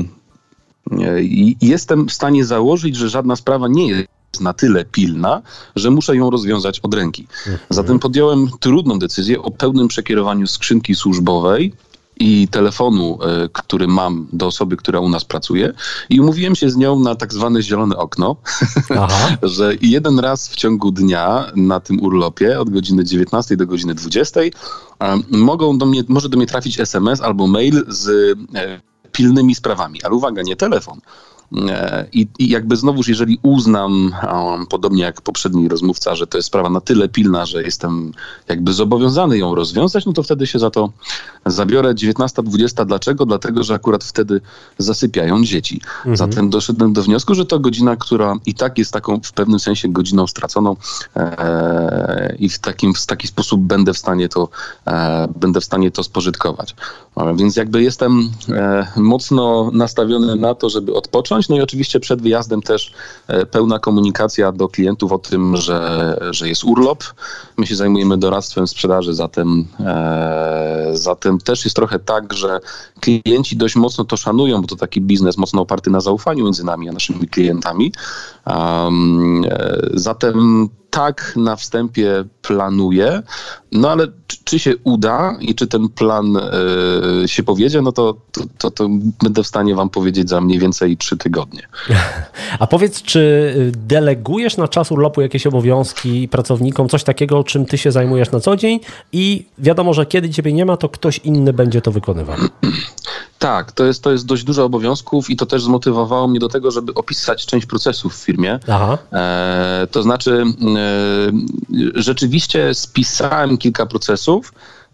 y, jestem w stanie założyć, że żadna sprawa nie jest na tyle pilna, że muszę ją rozwiązać od ręki. Mhm. Zatem podjąłem trudną decyzję o pełnym przekierowaniu skrzynki służbowej i telefonu, y, który mam do osoby, która u nas pracuje i umówiłem się z nią na tak zwane zielone okno, że jeden raz w ciągu dnia na tym urlopie od godziny dziewiętnastej do godziny dwudziestej y, mogą do mnie, może do mnie trafić es em es albo mail z y, pilnymi sprawami. Ale uwaga, nie telefon. I, I jakby znowuż, jeżeli uznam, um, podobnie jak poprzedni rozmówca, że to jest sprawa na tyle pilna, że jestem jakby zobowiązany ją rozwiązać, no to wtedy się za to zabiorę. dziewiętnasta dwudziesta. Dlaczego? Dlatego, że akurat wtedy zasypiają dzieci. Mhm. Zatem doszedłem do wniosku, że to godzina, która i tak jest taką w pewnym sensie godziną straconą e, i w, takim, w taki sposób będę w stanie to, e, będę w stanie to spożytkować. E, więc jakby jestem e, mocno nastawiony na to, żeby odpocząć. No i oczywiście przed wyjazdem też pełna komunikacja do klientów o tym, że, że jest urlop. My się zajmujemy doradztwem sprzedaży, zatem, e, zatem też jest trochę tak, że klienci dość mocno to szanują, bo to taki biznes mocno oparty na zaufaniu między nami a naszymi klientami. Um, e, zatem tak na wstępie planuję, no ale czy, czy się uda i czy ten plan y, się powiedzie, no to, to, to, to będę w stanie wam powiedzieć za mniej więcej trzy tygodnie. A powiedz, czy delegujesz na czas urlopu jakieś obowiązki pracownikom, coś takiego, czym ty się zajmujesz na co dzień i wiadomo, że kiedy ciebie nie ma, to ktoś inny będzie to wykonywał? Tak, to jest, to jest dość dużo obowiązków i to też zmotywowało mnie do tego, żeby opisać część procesów w firmie. Aha. E, to znaczy e, rzeczywiście spisałem kilka procesów,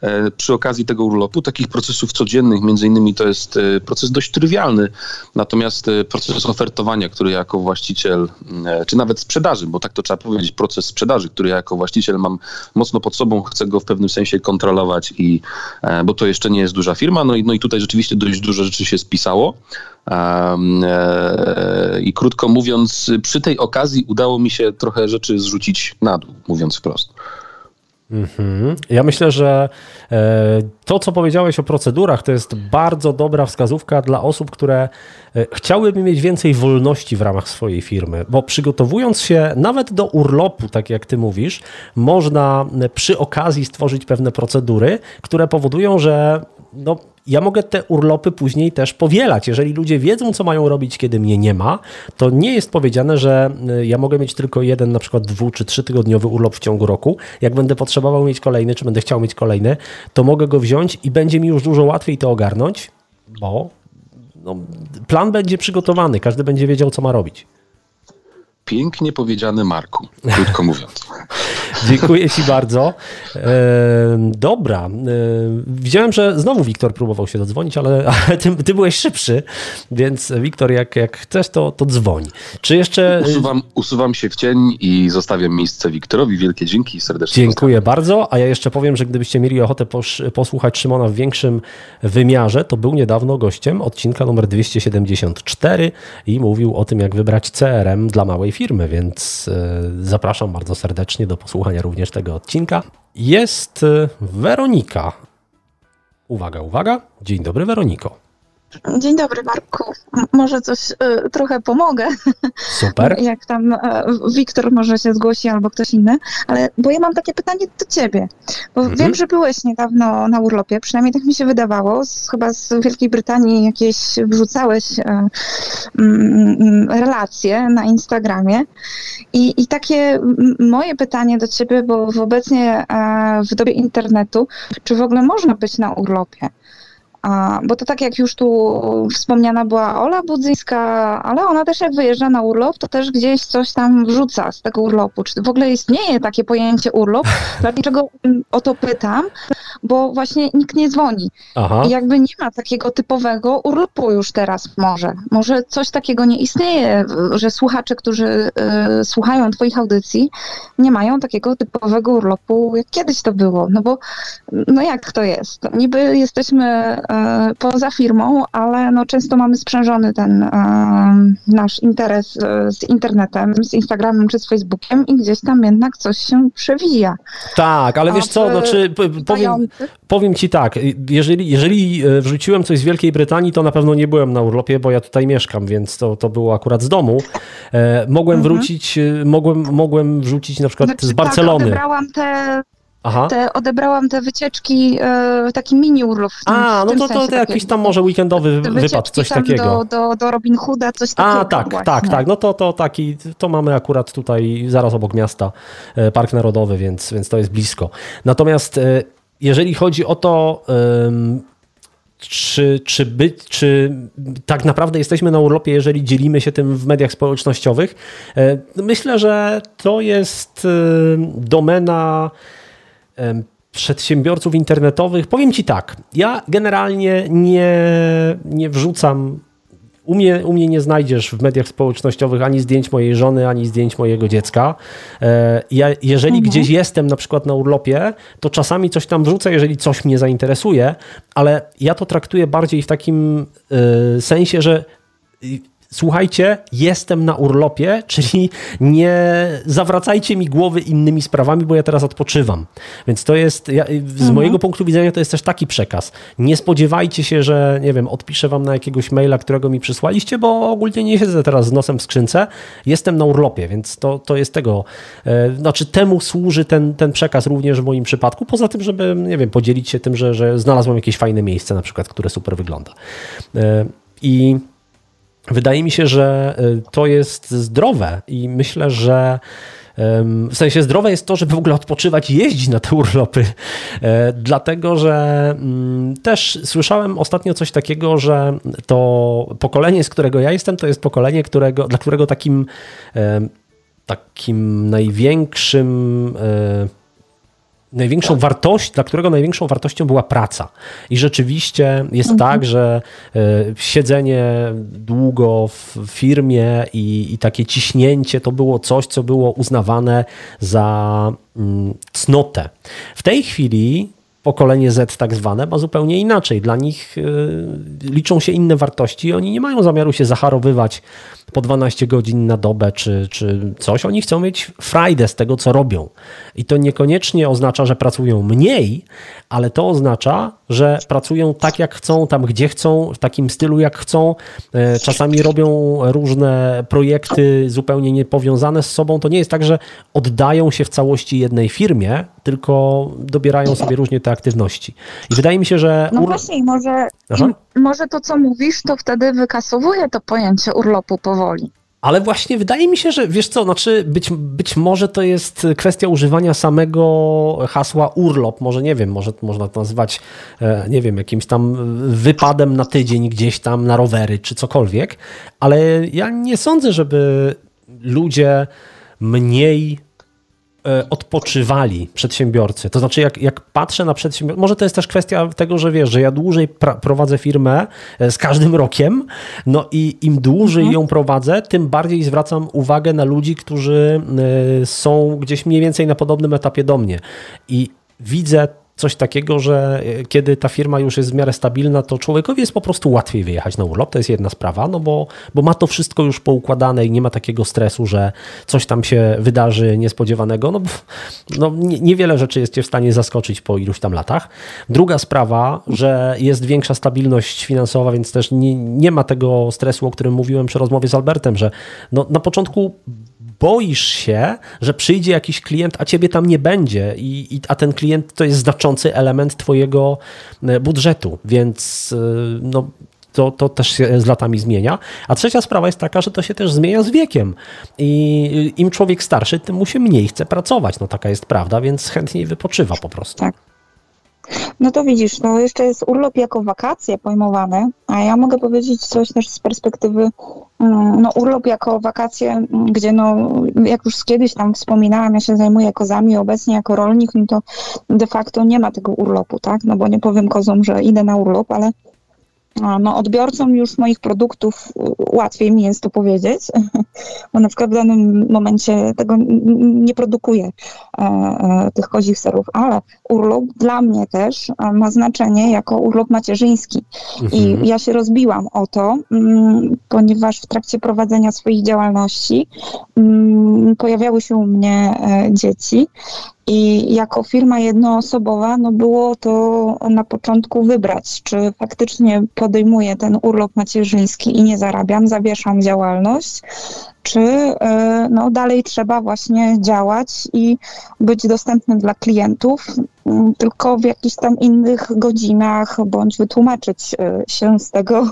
przy okazji tego urlopu. Takich procesów codziennych, między innymi to jest proces dość trywialny, natomiast proces ofertowania, który jako właściciel, czy nawet sprzedaży, bo tak to trzeba powiedzieć, proces sprzedaży, który ja jako właściciel mam mocno pod sobą, chcę go w pewnym sensie kontrolować, i, bo to jeszcze nie jest duża firma, no i, no i tutaj rzeczywiście dość dużo rzeczy się spisało. Um, e, I krótko mówiąc, przy tej okazji udało mi się trochę rzeczy zrzucić na dół, mówiąc wprost. Mm-hmm. Ja myślę, że e, to, co powiedziałeś o procedurach, to jest bardzo dobra wskazówka dla osób, które e, chciałyby mieć więcej wolności w ramach swojej firmy, bo przygotowując się nawet do urlopu, tak jak ty mówisz, można przy okazji stworzyć pewne procedury, które powodują, że no, ja mogę te urlopy później też powielać. Jeżeli ludzie wiedzą, co mają robić, kiedy mnie nie ma, to nie jest powiedziane, że ja mogę mieć tylko jeden, na przykład dwu czy trzytygodniowy urlop w ciągu roku. Jak będę potrzebował mieć kolejny, czy będę chciał mieć kolejny, to mogę go wziąć i będzie mi już dużo łatwiej to ogarnąć, bo no, plan będzie przygotowany, każdy będzie wiedział, co ma robić. Pięknie powiedziane, Marku, krótko mówiąc. Dziękuję ci bardzo. E, dobra. E, widziałem, że znowu Wiktor próbował się dodzwonić, ale, ale ty, ty byłeś szybszy, więc Wiktor, jak, jak chcesz, to, to dzwoń. Czy jeszcze... Usuwam, usuwam się w cień i zostawiam miejsce Wiktorowi. Wielkie dzięki i serdecznie Dziękuję zostawiam. bardzo, a ja jeszcze powiem, że gdybyście mieli ochotę posz, posłuchać Szymona w większym wymiarze, to był niedawno gościem odcinka numer dwieście siedemdziesiąt cztery i mówił o tym, jak wybrać C R M dla małej firmy, więc e, zapraszam bardzo serdecznie do posłuchania również tego odcinka. Jest Weronika. Uwaga, uwaga. Dzień dobry, Weroniko. Dzień dobry, Marku. Może coś y, trochę pomogę. Super. Jak tam y, Wiktor może się zgłosi albo ktoś inny, ale bo ja mam takie pytanie do ciebie, bo mhm. wiem, że byłeś niedawno na urlopie, przynajmniej tak mi się wydawało, z, chyba z Wielkiej Brytanii jakieś wrzucałeś y, y, relacje na Instagramie i, i takie moje pytanie do ciebie, bo obecnie y, w dobie internetu, czy w ogóle można być na urlopie? A, bo to tak jak już tu wspomniana była Ola Budzyńska, ale ona też jak wyjeżdża na urlop, to też gdzieś coś tam wrzuca z tego urlopu. Czy w ogóle istnieje takie pojęcie urlop? Dlaczego o to pytam? Bo właśnie nikt nie dzwoni. Aha. I jakby nie ma takiego typowego urlopu już teraz może. Może coś takiego nie istnieje, że słuchacze, którzy y, słuchają twoich audycji, nie mają takiego typowego urlopu, jak kiedyś to było. No bo no jak to jest? Niby jesteśmy poza firmą, ale no często mamy sprzężony ten e, nasz interes e, z internetem, z Instagramem czy z Facebookiem i gdzieś tam jednak coś się przewija. Tak, ale wiesz co, znaczy, powiem, powiem ci tak, jeżeli, jeżeli wrzuciłem coś z Wielkiej Brytanii, to na pewno nie byłem na urlopie, bo ja tutaj mieszkam, więc to, to było akurat z domu. E, mogłem mhm. wrócić, mogłem, mogłem wrzucić na przykład znaczy, z Barcelony. Tak, odebrałam te... Aha. Te, odebrałam te wycieczki, e, taki mini urlop. W tym, A, no w tym to, to, to jakiś tam może weekendowy wypad, coś takiego. Do, do, do Robin Hooda, coś takiego. A, tak, właśnie. tak, tak. No to, to taki, to mamy akurat tutaj zaraz obok miasta Park Narodowy, więc, więc to jest blisko. Natomiast jeżeli chodzi o to, czy, czy, być, czy tak naprawdę jesteśmy na urlopie, jeżeli dzielimy się tym w mediach społecznościowych, myślę, że to jest domena przedsiębiorców internetowych. Powiem ci tak, ja generalnie nie, nie wrzucam, u mnie, u mnie nie znajdziesz w mediach społecznościowych ani zdjęć mojej żony, ani zdjęć mojego dziecka. Ja, jeżeli mhm. gdzieś jestem na przykład na urlopie, to czasami coś tam wrzucę, jeżeli coś mnie zainteresuje, ale ja to traktuję bardziej w takim y, sensie, że słuchajcie, jestem na urlopie, czyli nie zawracajcie mi głowy innymi sprawami, bo ja teraz odpoczywam. Więc to jest, ja, z mhm. mojego punktu widzenia to jest też taki przekaz. Nie spodziewajcie się, że nie wiem, odpiszę wam na jakiegoś maila, którego mi przysłaliście, bo ogólnie nie siedzę teraz z nosem w skrzynce. Jestem na urlopie, więc to, to jest tego, e, znaczy temu służy ten, ten przekaz również w moim przypadku, poza tym, żeby, nie wiem, podzielić się tym, że, że znalazłem jakieś fajne miejsce na przykład, które super wygląda. E, I wydaje mi się, że to jest zdrowe i myślę, że w sensie zdrowe jest to, żeby w ogóle odpoczywać i jeździć na te urlopy, dlatego, że też słyszałem ostatnio coś takiego, że to pokolenie, z którego ja jestem, to jest pokolenie, którego, dla którego takim, takim największym największą wartość, dla którego największą wartością była praca. I rzeczywiście jest mhm. tak, że siedzenie długo w firmie i, i takie ciśnięcie to było coś, co było uznawane za cnotę. W tej chwili pokolenie Z tak zwane ma zupełnie inaczej. Dla nich y, liczą się inne wartości. Oni nie mają zamiaru się zacharowywać po dwanaście godzin na dobę czy, czy coś. Oni chcą mieć frajdę z tego, co robią. I to niekoniecznie oznacza, że pracują mniej, ale to oznacza, że pracują tak, jak chcą, tam, gdzie chcą, w takim stylu, jak chcą. Czasami robią różne projekty zupełnie niepowiązane z sobą. To nie jest tak, że oddają się w całości jednej firmie, tylko dobierają sobie różnie te aktywności. I wydaje mi się, że... No właśnie, może, może to, co mówisz, to wtedy wykasowuje to pojęcie urlopu powoli. Ale właśnie wydaje mi się, że wiesz co, znaczy być, być może to jest kwestia używania samego hasła urlop, może nie wiem, może można to nazywać, nie wiem, jakimś tam wypadem na tydzień gdzieś tam na rowery czy cokolwiek, ale ja nie sądzę, żeby ludzie mniej odpoczywali, przedsiębiorcy. To znaczy, jak, jak patrzę na przedsiębiorców, może to jest też kwestia tego, że wiesz, że ja dłużej pra- prowadzę firmę z każdym rokiem, no i im dłużej mhm. ją prowadzę, tym bardziej zwracam uwagę na ludzi, którzy y, są gdzieś mniej więcej na podobnym etapie do mnie. I widzę coś takiego, że kiedy ta firma już jest w miarę stabilna, to człowiekowi jest po prostu łatwiej wyjechać na urlop. To jest jedna sprawa, no bo, bo ma to wszystko już poukładane i nie ma takiego stresu, że coś tam się wydarzy niespodziewanego. No, no niewiele rzeczy jest cię w stanie zaskoczyć po iluś tam latach. Druga sprawa, że jest większa stabilność finansowa, więc też nie, nie ma tego stresu, o którym mówiłem przy rozmowie z Albertem, że no, na początku boisz się, że przyjdzie jakiś klient, a ciebie tam nie będzie, i, i, a ten klient to jest znaczący element twojego budżetu, więc no, to, to też się z latami zmienia. A trzecia sprawa jest taka, że to się też zmienia z wiekiem i im człowiek starszy, tym mu się mniej chce pracować. No taka jest prawda, więc chętniej wypoczywa po prostu. Tak. No to widzisz, to jeszcze jest urlop jako wakacje pojmowane, a ja mogę powiedzieć coś też z perspektywy, no urlop jako wakacje, gdzie no jak już kiedyś tam wspominałam, ja się zajmuję kozami, obecnie jako rolnik, no to de facto nie ma tego urlopu, tak, no bo nie powiem kozom, że idę na urlop, ale no odbiorcom już moich produktów łatwiej mi jest to powiedzieć, bo na przykład w danym momencie tego nie produkuję, e, e, tych kozich serów, ale urlop dla mnie też ma znaczenie jako urlop macierzyński. Mhm. I ja się rozbiłam o to, m, ponieważ w trakcie prowadzenia swoich działalności m, pojawiały się u mnie e, dzieci. I jako firma jednoosobowa, no było to na początku wybrać, czy faktycznie podejmuję ten urlop macierzyński i nie zarabiam, zawieszam działalność, czy no, dalej trzeba właśnie działać i być dostępnym dla klientów, tylko w jakichś tam innych godzinach, bądź wytłumaczyć się z tego,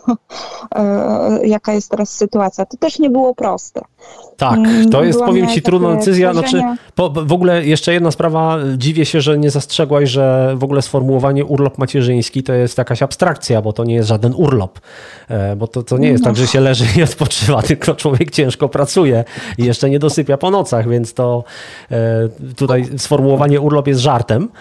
jaka jest teraz sytuacja. To też nie było proste. Tak, to jest, powiem ci, trudna decyzja. Znaczy, po, w ogóle jeszcze jedna sprawa, dziwię się, że nie zastrzegłaś, że w ogóle sformułowanie urlop macierzyński to jest jakaś abstrakcja, bo to nie jest żaden urlop, bo to, to nie jest no. tak, że się leży i odpoczywa, tylko człowiek ciężko pracuje i jeszcze nie dosypia po nocach, więc to tutaj sformułowanie urlop jest żartem,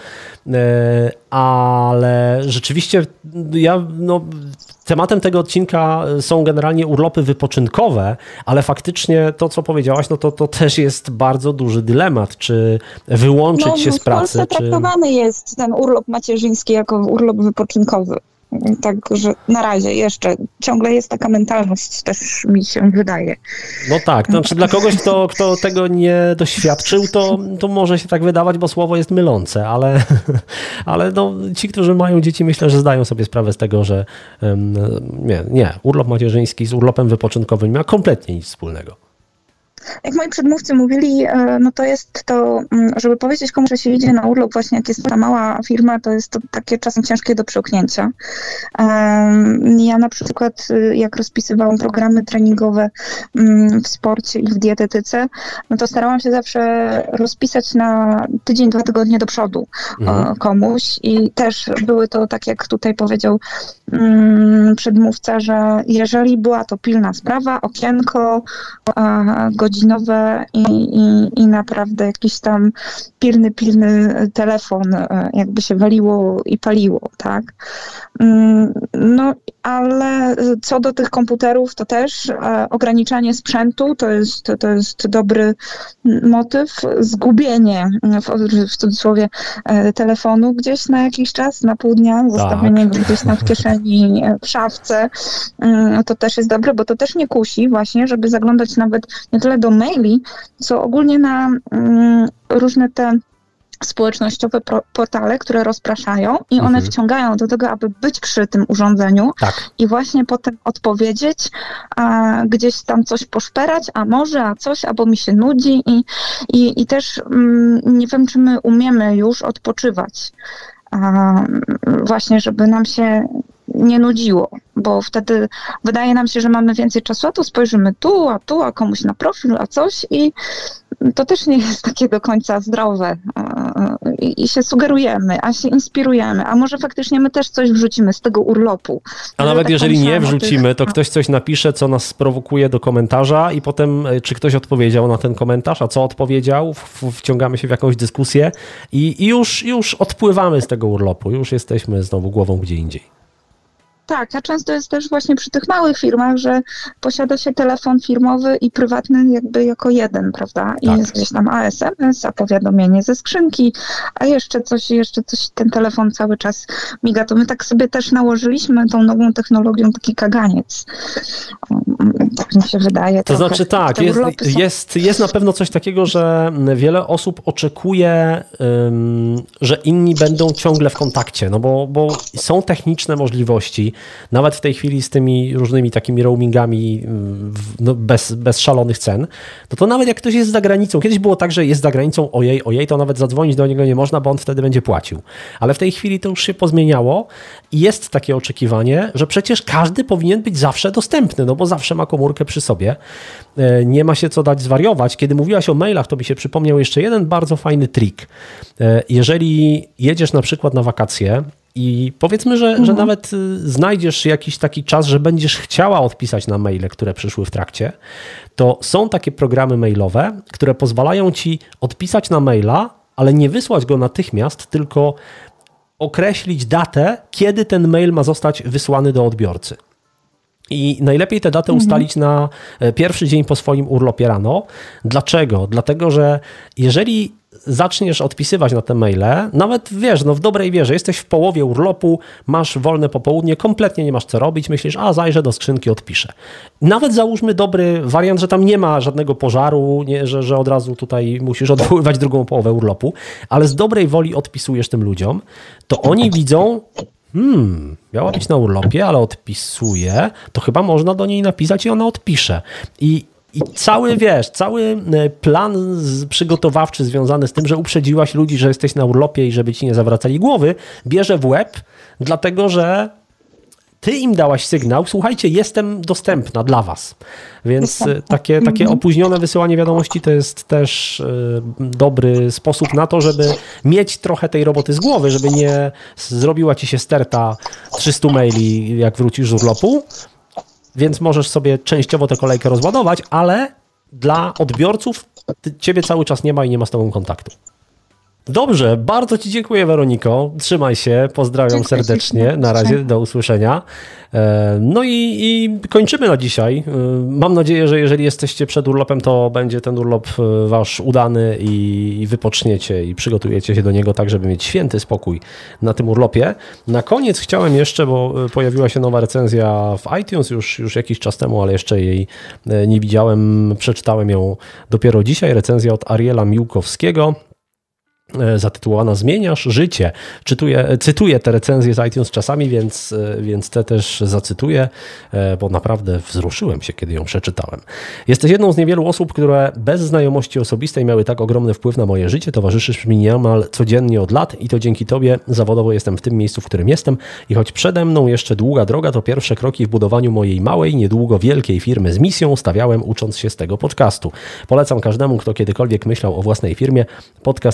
ale rzeczywiście ja no tematem tego odcinka są generalnie urlopy wypoczynkowe, ale faktycznie to, co powiedziałaś, no to, to też jest bardzo duży dylemat, czy wyłączyć no, się z pracy. W Polsce czy... traktowany jest ten urlop macierzyński jako urlop wypoczynkowy. Także na razie jeszcze ciągle jest taka mentalność, też mi się wydaje. No tak, to znaczy dla kogoś, kto, kto tego nie doświadczył, to, to może się tak wydawać, bo słowo jest mylące, ale, ale no, ci, którzy mają dzieci, myślę, że zdają sobie sprawę z tego, że um, nie, nie, urlop macierzyński z urlopem wypoczynkowym nie ma kompletnie nic wspólnego. Jak moi przedmówcy mówili, no to jest to, żeby powiedzieć komuś, że się idzie na urlop, właśnie jak jest ta mała firma, to jest to takie czasem ciężkie do przełknięcia. Ja na przykład, jak rozpisywałam programy treningowe w sporcie i w dietetyce, no to starałam się zawsze rozpisać na tydzień, dwa tygodnie do przodu mhm. komuś i też były to, tak jak tutaj powiedział przedmówca, że jeżeli była to pilna sprawa, okienko, godzina, urodzinowe i, i, i naprawdę jakiś tam pilny, pilny telefon jakby się waliło i paliło, tak? No, ale co do tych komputerów, to też ograniczanie sprzętu to jest, to, to jest dobry motyw. Zgubienie, w, w cudzysłowie, telefonu gdzieś na jakiś czas, na pół dnia, zostawienie go gdzieś tam w kieszeni, w szafce, to też jest dobre, bo to też nie kusi właśnie, żeby zaglądać nawet nie tyle do maili, co ogólnie na różne te społecznościowe portale, które rozpraszają i one mhm. wciągają do tego, aby być przy tym urządzeniu tak. i właśnie potem odpowiedzieć, a gdzieś tam coś poszperać, a może, a coś, albo mi się nudzi i, i, i też mm, nie wiem, czy my umiemy już odpoczywać. A, właśnie, żeby nam się nie nudziło, bo wtedy wydaje nam się, że mamy więcej czasu, a to spojrzymy tu, a tu, a komuś na profil, a coś i to też nie jest takie do końca zdrowe i się sugerujemy, a się inspirujemy, a może faktycznie my też coś wrzucimy z tego urlopu. A nawet tak jeżeli nie wrzucimy, to ktoś coś napisze, co nas sprowokuje do komentarza i potem czy ktoś odpowiedział na ten komentarz, a co odpowiedział, wciągamy się w jakąś dyskusję i, i już, już odpływamy z tego urlopu, już jesteśmy znowu głową gdzie indziej. Tak, a często jest też właśnie przy tych małych firmach, że posiada się telefon firmowy i prywatny jakby jako jeden, prawda? I tak. jest gdzieś tam a es em es, a powiadomienie ze skrzynki, a jeszcze coś, jeszcze coś, ten telefon cały czas miga. To my tak sobie też nałożyliśmy tą nową technologią taki kaganiec. Tak mi się wydaje. To trochę. Znaczy tak, jest, jest, jest na pewno coś takiego, że wiele osób oczekuje, um, że inni będą ciągle w kontakcie, no bo, bo są techniczne możliwości. Nawet w tej chwili z tymi różnymi takimi roamingami no bez, bez szalonych cen, no to nawet jak ktoś jest za granicą, kiedyś było tak, że jest za granicą, ojej, ojej, to nawet zadzwonić do niego nie można, bo on wtedy będzie płacił. Ale w tej chwili to już się pozmieniało i jest takie oczekiwanie, że przecież każdy powinien być zawsze dostępny, no bo zawsze ma komórkę przy sobie. Nie ma się co dać zwariować. Kiedy mówiłaś o mailach, to mi się przypomniał jeszcze jeden bardzo fajny trik. Jeżeli jedziesz na przykład na wakacje, i powiedzmy, że, mhm. że nawet znajdziesz jakiś taki czas, że będziesz chciała odpisać na maile, które przyszły w trakcie, to są takie programy mailowe, które pozwalają ci odpisać na maila, ale nie wysłać go natychmiast, tylko określić datę, kiedy ten mail ma zostać wysłany do odbiorcy. I najlepiej tę datę mhm. ustalić na pierwszy dzień po swoim urlopie rano. Dlaczego? Dlatego, że jeżeli zaczniesz odpisywać na te maile, nawet wiesz, no w dobrej wierze, jesteś w połowie urlopu, masz wolne popołudnie, kompletnie nie masz co robić, myślisz, a zajrzę do skrzynki, odpiszę. Nawet załóżmy dobry wariant, że tam nie ma żadnego pożaru, nie, że, że od razu tutaj musisz odwoływać drugą połowę urlopu, ale z dobrej woli odpisujesz tym ludziom, to oni widzą, hmm, miała być na urlopie, ale odpisuje, to chyba można do niej napisać i ona odpisze. I I cały, wiesz, cały plan przygotowawczy związany z tym, że uprzedziłaś ludzi, że jesteś na urlopie i żeby ci nie zawracali głowy, bierze w łeb, dlatego że ty im dałaś sygnał, słuchajcie, jestem dostępna dla was. Więc takie, takie opóźnione wysyłanie wiadomości to jest też dobry sposób na to, żeby mieć trochę tej roboty z głowy, żeby nie zrobiła ci się sterta trzystu maili, jak wrócisz z urlopu. Więc możesz sobie częściowo tę kolejkę rozładować, ale dla odbiorców ciebie cały czas nie ma i nie ma z tobą kontaktu. Dobrze, bardzo ci dziękuję, Weroniko. Trzymaj się, pozdrawiam dziękuję serdecznie. Na razie, do usłyszenia. No i, i kończymy na dzisiaj. Mam nadzieję, że jeżeli jesteście przed urlopem, to będzie ten urlop wasz udany i wypoczniecie i przygotujecie się do niego tak, żeby mieć święty spokój na tym urlopie. Na koniec chciałem jeszcze, bo pojawiła się nowa recenzja w iTunes już, już jakiś czas temu, ale jeszcze jej nie widziałem. Przeczytałem ją dopiero dzisiaj. Recenzja od Ariela Miłkowskiego, zatytułowana Zmieniasz życie. Czytuję, cytuję te recenzje z iTunes czasami, więc, więc te też zacytuję, bo naprawdę wzruszyłem się, kiedy ją przeczytałem. Jesteś jedną z niewielu osób, które bez znajomości osobistej miały tak ogromny wpływ na moje życie. Towarzyszysz mi niemal codziennie od lat i to dzięki tobie zawodowo jestem w tym miejscu, w którym jestem i choć przede mną jeszcze długa droga, to pierwsze kroki w budowaniu mojej małej, niedługo wielkiej firmy z misją stawiałem, ucząc się z tego podcastu. Polecam każdemu, kto kiedykolwiek myślał o własnej firmie. Podcast zawiera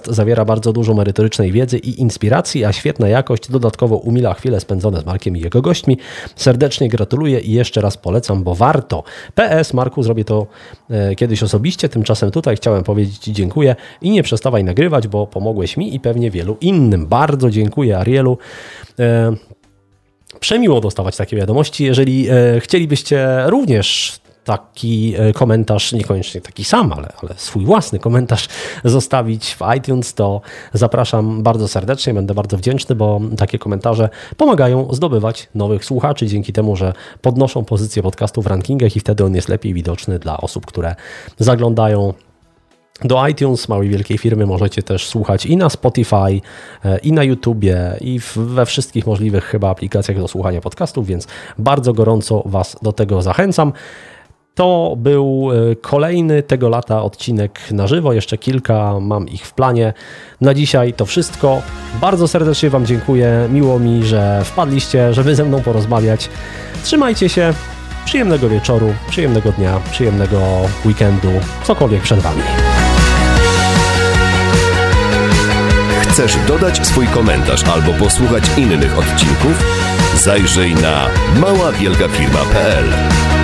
zawiera bardzo dużo merytorycznej wiedzy i inspiracji, a świetna jakość dodatkowo umila chwile spędzone z Markiem i jego gośćmi. Serdecznie gratuluję i jeszcze raz polecam, bo warto. P S. Marku, zrobię to e, kiedyś osobiście, tymczasem tutaj chciałem powiedzieć Ci dziękuję i nie przestawaj nagrywać, bo pomogłeś mi i pewnie wielu innym. Bardzo dziękuję, Arielu. E, przemiło dostawać takie wiadomości. Jeżeli e, chcielibyście również taki komentarz, niekoniecznie taki sam, ale, ale swój własny komentarz zostawić w iTunes, to zapraszam bardzo serdecznie, będę bardzo wdzięczny, bo takie komentarze pomagają zdobywać nowych słuchaczy dzięki temu, że podnoszą pozycję podcastu w rankingach i wtedy on jest lepiej widoczny dla osób, które zaglądają do iTunes. Małej Wielkiej Firmy możecie też słuchać i na Spotify, i na YouTubie, i we wszystkich możliwych chyba aplikacjach do słuchania podcastów, więc bardzo gorąco Was do tego zachęcam. To był kolejny tego lata odcinek na żywo, jeszcze kilka mam ich w planie. Na dzisiaj to wszystko. Bardzo serdecznie Wam dziękuję, miło mi, że wpadliście, żeby ze mną porozmawiać. Trzymajcie się, przyjemnego wieczoru, przyjemnego dnia, przyjemnego weekendu, cokolwiek przed Wami. Chcesz dodać swój komentarz albo posłuchać innych odcinków? Zajrzyj na mała wielka firma kropka p l.